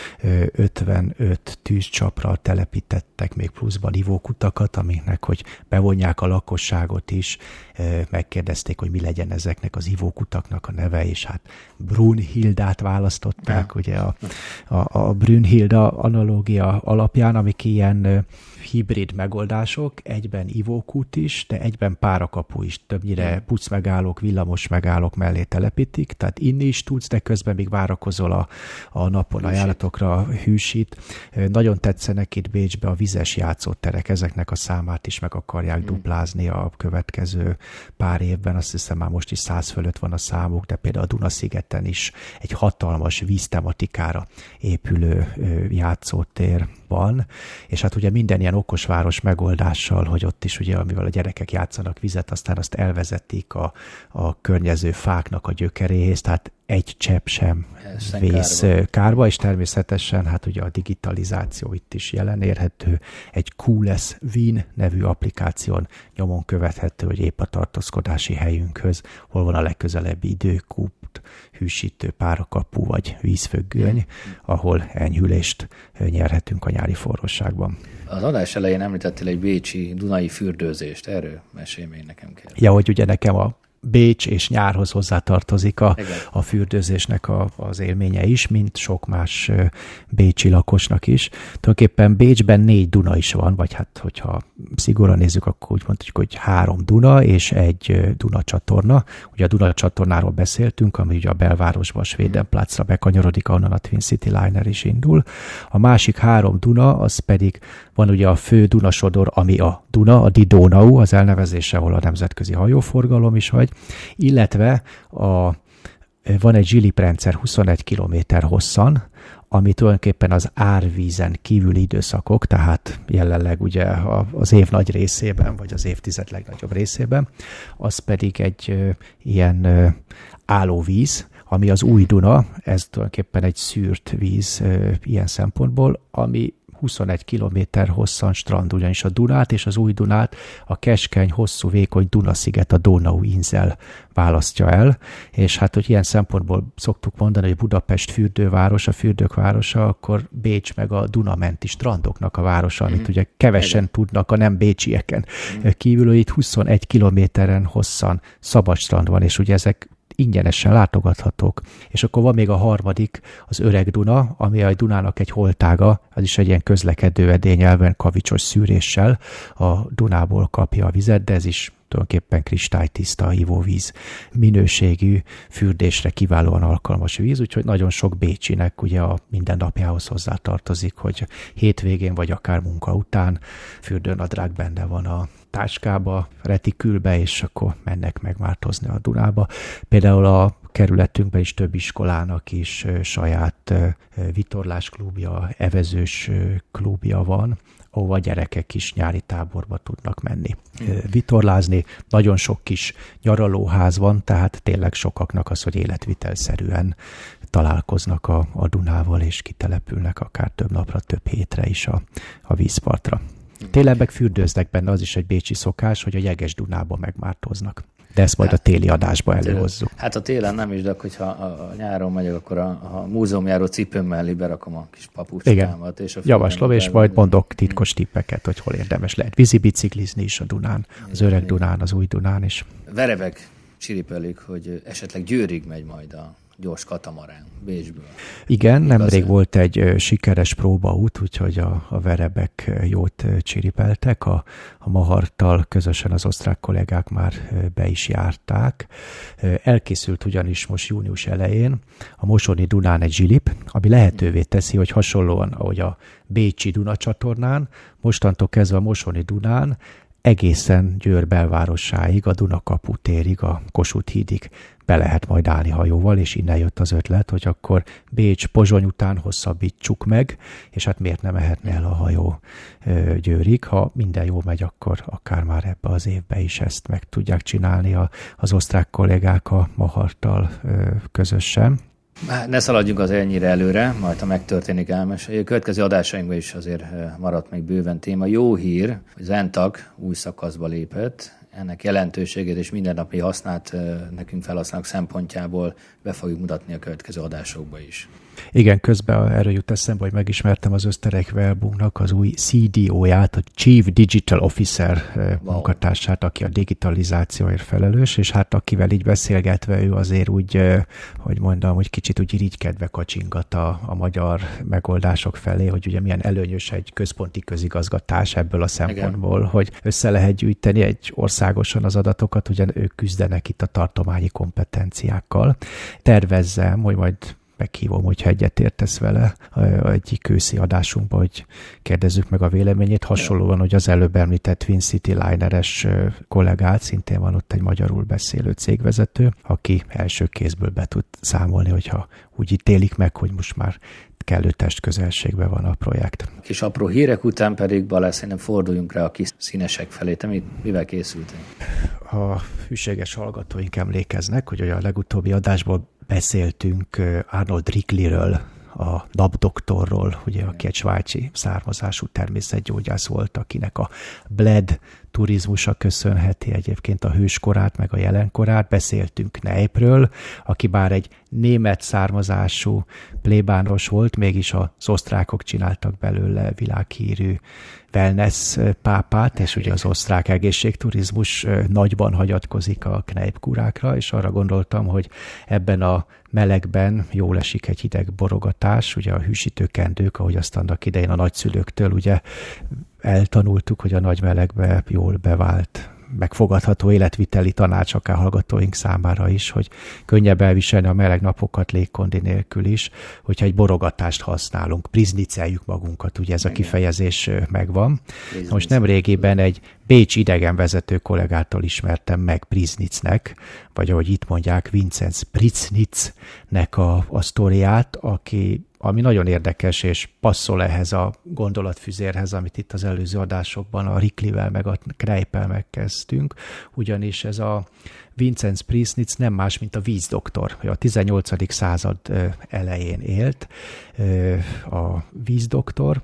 ötvenöt tűzcsapra telepítettek még pluszban ivókutakat, amiknek, hogy bevonják a lakosságot is, megkérdezték, hogy mi legyen ezeknek az ivókutaknak a neve, és hát Brunhildát választották, ja. ugye a, a, a Brunhilda analógia alapján, amik ilyen hibrid megoldások, egyben ivókút is, de egyben párakapu is, többnyire buszmegállók, villamos megállók mellé telepítik, tehát inni is tudsz, de közben még várakozol a, a napon a járatokra, hűsít. Nagyon tetszenek itt Bécsbe a vizes játszóterek, ezeknek a számát is meg akarják hmm. duplázni a következő pár évben, azt hiszem már most is száz fölött van a számuk, de például a Dunaszigeten is egy hatalmas víztematikára épülő játszótér van, és hát ugye minden ilyen okosváros megoldással, hogy ott is ugye, amivel a gyerekek játszanak vizet, aztán azt elvezetik a, a környező fáknak a gyökeréhez, tehát egy csepp sem vész kárba. kárba, és természetesen hát ugye a digitalizáció itt is jelen érhető, egy Q L S Wien nevű applikáción nyomon követhető, hogy épp a tartózkodási helyünkhöz, hol van a legközelebbi időkút, hűsítő párakapu vagy vízfüggöny, mm. ahol enyhülést nyerhetünk a nyári forróságban. Az adás elején említettél egy bécsi Dunai fürdőzést, erről mesélj még nekem kell. Ja, hogy ugye nekem a Bécs és nyárhoz hozzátartozik a, a fürdőzésnek a, az élménye is, mint sok más bécsi lakosnak is. Tulajdonképpen Bécsben négy Duna is van, vagy hát, hogyha szigorúan nézzük, akkor úgy mondjuk, hogy három Duna és egy Duna csatorna. Ugye a Duna csatornáról beszéltünk, ami ugye a belvárosba, a Svédenplácra bekanyarodik, ahonnan a Twin City Liner is indul. A másik három Duna, az pedig van ugye a fő Dunasodor, ami a Duna, a Die Donau, az elnevezése, ahol a nemzetközi hajóforgalom is vagy, illetve a, van egy zsiliprendszer huszonegy kilométer hosszan, ami tulajdonképpen az árvízen kívüli időszakok, tehát jelenleg ugye az év nagy részében, vagy az évtized legnagyobb részében, az pedig egy ö, ilyen ö, állóvíz, ami az új Duna, ez tulajdonképpen egy szűrt víz ö, ilyen szempontból, ami huszonegy kilométer hosszan strand, ugyanis a Dunát és az új Dunát a keskeny, hosszú, vékony Dunasziget, a Donauinsel választja el, és hát, hogy ilyen szempontból szoktuk mondani, hogy Budapest fürdőváros, a fürdők városa, akkor Bécs meg a Dunamenti strandoknak a városa, amit mm. ugye kevesen Igen. tudnak a nem bécsieken mm. kívül, hogy itt huszonegy kilométeren hosszan szabad strand van, és ugye ezek ingyenesen látogathatók. És akkor van még a harmadik, az Öreg Duna, ami a Dunának egy holtága, az is egy ilyen közlekedő edény elven kavicsos szűréssel a Dunából kapja a vizet, de ez is tulajdonképpen kristálytiszta ivóvíz minőségű, fürdésre kiválóan alkalmas víz, úgyhogy nagyon sok bécsinek ugye a mindennapjához hozzátartozik, hogy hétvégén vagy akár munka után fürdőnadrág benne van a táskába, retikülbe, és akkor mennek megváltozni a Dunába. Például a kerületünkben is több iskolának is saját vitorlásklubja, evezős klubja van, ahova a gyerekek is nyári táborba tudnak menni vitorlázni. Nagyon sok kis nyaralóház van, tehát tényleg sokaknak az, hogy életvitelszerűen találkoznak a, a Dunával, és kitelepülnek akár több napra, több hétre is a, a vízpartra. Télen meg fürdőznek benne, az is egy bécsi szokás, hogy a jeges Dunába megmártóznak. De ezt majd hát, a téli adásba előhozzuk. Hát a télen nem is, de hogyha a nyáron megyek, akkor a, a múzeumjáró cipőm mellé berakom a kis papucskámat. És a javaslom, és majd mondok titkos tippeket, hogy hol érdemes lehet vízibiciklizni is a Dunán, az Öreg Dunán, az Új Dunán is. Verebek csiripelik, hogy esetleg Győrig megy majd a gyors katamarán Bécsből. Igen, nemrég volt egy sikeres próbaút, úgyhogy a, a verebek jót csiripeltek. A, a Maharttal közösen az osztrák kollégák már be is járták. Elkészült ugyanis most június elején a Mosoni Dunán egy zsilip, ami lehetővé teszi, hogy hasonlóan, ahogy a bécsi Duna csatornán, mostantól kezdve a Mosoni Dunán egészen Győr belvárosáig, a Dunakapu térig, a Kossuth hídig be lehet majd állni hajóval, és innen jött az ötlet, hogy akkor Bécs-Pozsony után hosszabbítsuk meg, és hát miért nem mehetne el a hajó Győrig. Ha minden jól megy, akkor akár már ebbe az évbe is ezt meg tudják csinálni a, az osztrák kollégák a Maharttal közösen. Ne szaladjunk az ennyire előre, majd ha megtörténik elmeséljük. A következő adásainkban is azért maradt még bőven téma. Jó hír, hogy Zentak új szakaszba lépett. Ennek jelentőségét és mindennapi hasznát nekünk felhasználók szempontjából be fogjuk mutatni a következő adásokba is. Igen, közben erről jut eszembe, hogy megismertem az Österreich Werbungnak az új C D O-ját, a Chief Digital Officer wow. munkatársát, aki a digitalizációért felelős, és hát akivel így beszélgetve ő azért úgy, hogy mondom, hogy kicsit úgy irigykedve kacsingat a, a magyar megoldások felé, hogy ugye milyen előnyös egy központi közigazgatás ebből a szempontból, igen. hogy össze lehet gyűjteni egy országosan az adatokat, ugye ők küzdenek itt a tartományi kompetenciákkal. Tervezzem, hogy majd meghívom, hogyha egyetértesz vele egyik őszi adásunkban, hogy kérdezzük meg a véleményét. Hasonlóan, hogy az előbb említett Twin City Liner-es kollégát, szintén van ott egy magyarul beszélő cégvezető, aki első kézből be tud számolni, hogyha úgy ítélik meg, hogy most már kellő testközelségben van a projekt. Kis apró hírek után pedig, Balázs, szerintem forduljunk rá a kis színesek felé. Te mivel készültél? A hűséges hallgatóink emlékeznek, hogy a legutóbbi adásból beszéltünk Arnold Rikliről, a napdoktorról, ugye, aki egy svájci származású természetgyógyász volt, akinek a Bled turizmusa köszönheti egyébként a hőskorát, meg a jelenkorát. Beszéltünk Kneippről, aki bár egy német származású plébános volt, mégis az osztrákok csináltak belőle világhírű wellness pápát, és ugye az osztrák egészségturizmus nagyban hagyatkozik a Kneipp kurákra, és arra gondoltam, hogy ebben a melegben jól esik egy hideg borogatás, ugye a hűsítőkendők, ahogy azt annak idején a nagyszülőktől ugye eltanultuk, hogy a nagy melegbe jól bevált, megfogadható életviteli tanács akár hallgatóink számára is, hogy könnyebb elviselni a meleg napokat légkondi nélkül is, hogyha egy borogatást használunk, prizniceljük magunkat, ugye ez a kifejezés megvan. Most nemrégiben egy bécsi idegenvezető kollégától ismertem meg Priznicnek, vagy ahogy itt mondják, Vincenz Pritznitznek a, a sztoriát, aki ami nagyon érdekes, és passzol ehhez a gondolatfüzérhez, amit itt az előző adásokban a Riklivel meg a Kneippel megkezdtünk, ugyanis ez a Vincenz Priznitz nem más, mint a vízdoktor. A tizennyolcadik század elején élt a vízdoktor,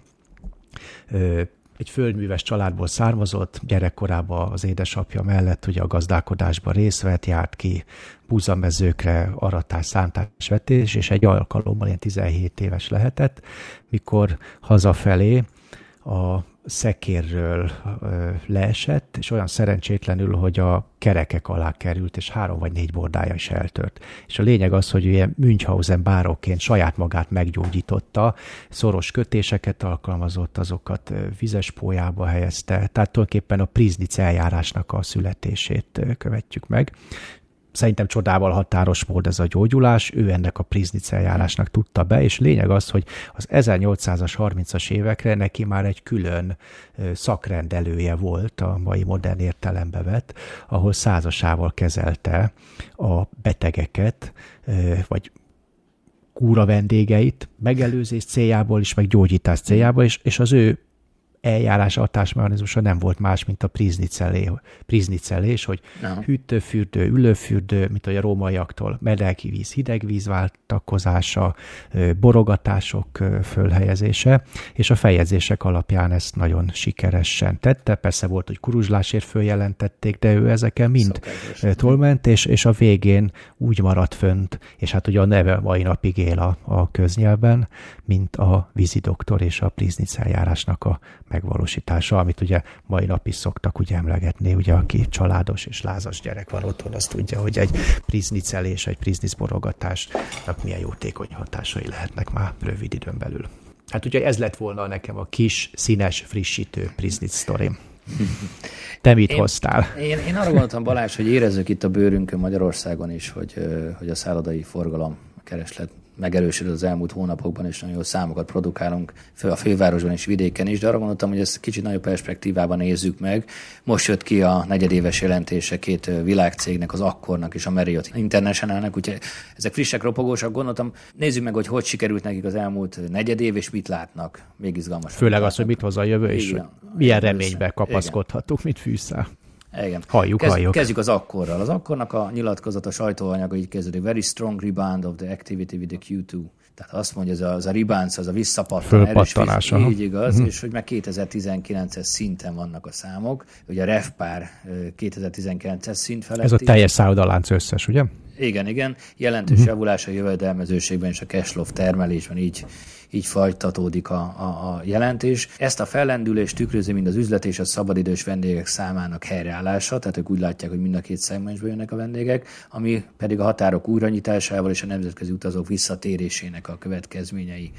egy földműves családból származott, gyerekkorában az édesapja mellett ugye a gazdálkodásban részt vett, járt ki búzamezőkre, aratás, szántás, vetés, és egy alkalommal ilyen tizenhét éves lehetett, mikor hazafelé a szekérről ö, leesett, és olyan szerencsétlenül, hogy a kerekek alá került, és három vagy négy bordája is eltört. És a lényeg az, hogy ilyen Münchhausen báróként saját magát meggyógyította, szoros kötéseket alkalmazott, azokat vizes pólyába helyezte, tehát tulajdonképpen a Priznitz eljárásnak a születését követjük meg. Szerintem csodával határos mód ez a gyógyulás, ő ennek a Priznitz eljárásnak tudta be, és lényeg az, hogy az ezernyolcszázas, harmincas évekre neki már egy külön szakrendelője volt, a mai modern értelembe vett, ahol százasával kezelte a betegeket, vagy kúra vendégeit, megelőzés céljából is, meg gyógyítás céljából is, és az ő eljárás hatásmechanizmusa nem volt más, mint a priznicelés, hogy no. hűtőfürdő, ülőfürdő, mint hogy a rómaiaktól meleg víz, hideg víz váltakozása, borogatások fölhelyezése, és a feljegyzések alapján ezt nagyon sikeresen tette. Persze volt, hogy kuruzslásért följelentették, de ő ezeken mind tolment, és, és a végén úgy maradt fönt, és hát ugye a neve mai napig él a, a köznyelben, mint a vízidoktor és a Priznitz eljárásnak a megvalósítása, amit ugye mai nap is szoktak ugye emlegetni, ugye aki családos és lázas gyerek van otthon, azt tudja, hogy egy priznicelés, egy priznic borogatásnak milyen jótékony hatásai lehetnek már rövid időn belül. Hát ugye ez lett volna nekem a kis, színes, frissítő priznic sztorim. Te mit én, hoztál? Én, én arra gondoltam, Balázs, hogy érezzük itt a bőrünkön Magyarországon is, hogy, hogy a szállodai forgalom, a kereslet megerősödött az elmúlt hónapokban, és nagyon jó számokat produkálunk a fővárosban és vidéken is, de arra gondoltam, hogy ezt kicsit nagyobb perspektívában nézzük meg. Most jött ki a negyedéves jelentése két világcégnek, az Accornak és a Marriott Internationalnek, úgyhogy ezek frissek, ropogósak, gondoltam, nézzük meg, hogy hogy sikerült nekik az elmúlt negyedév, és mit látnak. Még izgalmas. Főleg az, hogy mit hoz a jövő, és igen, milyen reménybe kapaszkodhatunk, mint fűszál. Igen. Halljuk, Kezd, halljuk. Kezdjük az Accorral. Az Accornak a nyilatkozata, sajtóanyaga így kezdődik. Very strong rebound of the activity with the kú kettő. Tehát azt mondja, ez a, az a rebound, az a visszapattanás. Fölpattanása. Így igaz, uh-huh. És hogy meg kétezer-tizenkilences szinten vannak a számok. Ugye a RevPAR kétezer-tizenkilences szint felett. Ez a teljes szállodalánc összes, ugye? Igen, igen. Jelentős uh-huh. javulás a jövedelmezőségben és a cashflow termelésben, így így folytatódik a, a, a jelentés. Ezt a fellendülést tükrözi mind az üzlet és a szabadidős vendégek számának helyreállása, tehát ők úgy látják, hogy mind a két szegmensből jönnek a vendégek, ami pedig a határok újranyitásával és a nemzetközi utazók visszatérésének a következményei.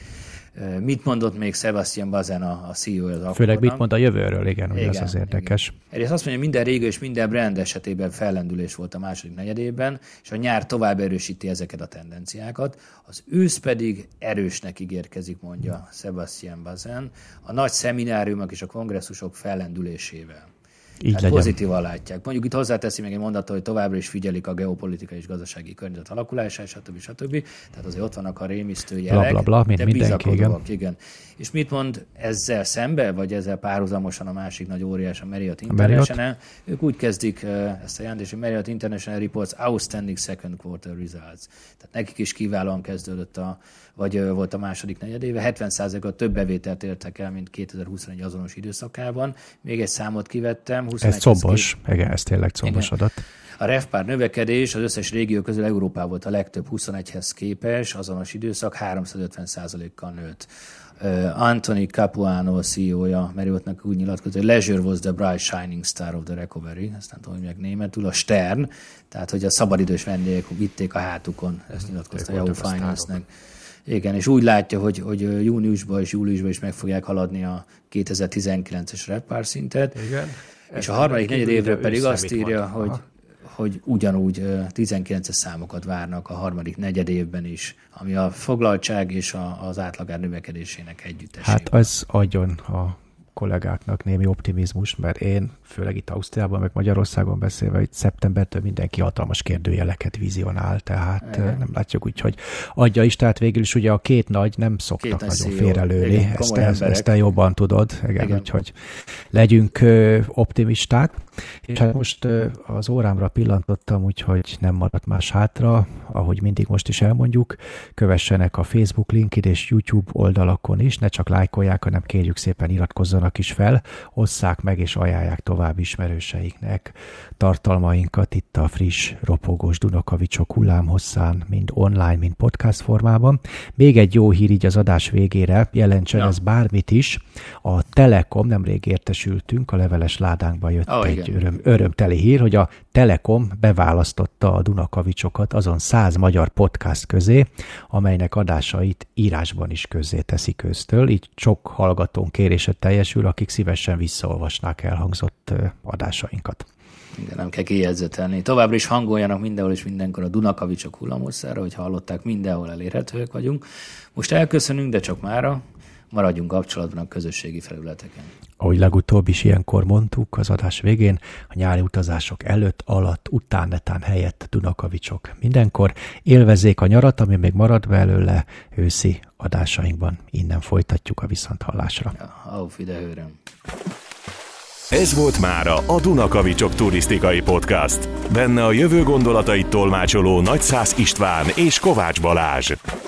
Mit mondott még Sebastian Bazin, a, a cé e o az Accornak? Főleg mit mond a jövőről, igen, igen, ez az érdekes. Igen. Egyrészt azt mondja, minden régió és minden brand esetében fellendülés volt a második negyedében, és a nyár tovább erősíti ezeket a tendenciákat. Az ősz pedig erősnek ígérkezik, mondja Sebastian Bazin, a nagy szemináriumok és a kongresszusok fellendülésével. Így hát legyen. Pozitívan látják. Mondjuk itt hozzáteszi még egy mondatot, hogy továbbra is figyelik a geopolitikai és gazdasági környezet alakulását, stb. stb. Tehát azért ott vannak a rémisztő jelek, bla, bla, bla, de mindenki, igen. igen. És mit mond ezzel szembe, vagy ezzel párhuzamosan a másik nagy óriás, a Marriott International? Marriott? Ők úgy kezdik ezt a jelentést, hogy Marriott International reports outstanding second quarter results. Tehát nekik is kiválóan kezdődött a, vagy volt a második negyedéve. hetven százalékot több bevételt értek el, mint kétezer-huszonegy azonos időszakában. Még egy számot kivettem. Ez combos, két... igen, ez tényleg combos igen. adat. A RevPAR növekedés az összes régió közül Európában volt a legtöbb, huszonegyhez képes, azonos időszak háromszázötven százalékkal nőtt. Uh, Anthony Capuano, a cé e o-ja Marriottnak úgy nyilatkozott, hogy leisure was the bright shining star of the recovery, ezt nem tudom, hogy meg németül, a Stern, tehát hogy a szabadidős vendégek vitték a hátukon, ezt nyilatkozta a Yahoo Finance-nek. Igen, és úgy látja, hogy, hogy júniusban és júliusban is meg fogják haladni a kétezer-tizenkilences RevPAR szintet. Igen. És a harmadik negyed évre pedig azt írja, hogy, hogy ugyanúgy tizenkilences számokat várnak a harmadik negyed évben is, ami a foglaltság és a, az átlagár növekedésének együttesében. Hát ez adjon a kollégáknak némi optimizmus, mert én, főleg itt Ausztriában, meg Magyarországon beszélve, hogy szeptembertől mindenki hatalmas kérdőjeleket vizionál, tehát igen. Nem látjuk úgy, hogy adja is, tehát végül is ugye a két nagy nem szoktak két nagyon félrelőni, ezt, ezt, ezt te jobban tudod, igen, igen. Úgyhogy legyünk ö, optimisták, és hát most ö, az órámra pillantottam, úgyhogy nem maradt más hátra, ahogy mindig most is elmondjuk, kövessenek a Facebook, LinkedIn és YouTube oldalakon is, ne csak lájkolják, hanem kérjük szépen iratkozzanak is fel, osszák meg és ajánlják tovább ismerőseiknek tartalmainkat itt a friss, ropogós Dunakavicsok hullámhosszán, mind online, mind podcast formában. Még egy jó hír így az adás végére, jelentsen ja. ez bármit is. A Telekom, nemrég értesültünk, a leveles ládánkba jött oh, egy öröm, örömteli hír, hogy a Telekom beválasztotta a Dunakavicsokat azon száz magyar podcast közé, amelynek adásait írásban is közzé teszi köztől, így sok hallgatón kérése teljesül, akik szívesen visszaolvasnák elhangzott adásainkat. Igen, nem kell kijegyzetelni. Továbbra is hangoljanak mindenhol és mindenkor a Dunakavicsok hullamhosszára, hogy hallották, mindenhol elérhetőek vagyunk. Most elköszönünk, de csak mára maradjunk kapcsolatban a közösségi felületeken. Ahogy legutóbb is ilyenkor mondtuk az adás végén, a nyári utazások előtt, alatt, után, netán helyett Dunakavicsok. Mindenkor élvezzék a nyarat, ami még marad belőle őszi adásainkban. Innen folytatjuk a viszonthallásra. Ja, auf Wiederhören. Ez volt mára a Dunakavicsok turisztikai podcast. Benne a jövő gondolatait tolmácsoló Nagyszász István és Kovács Balázs.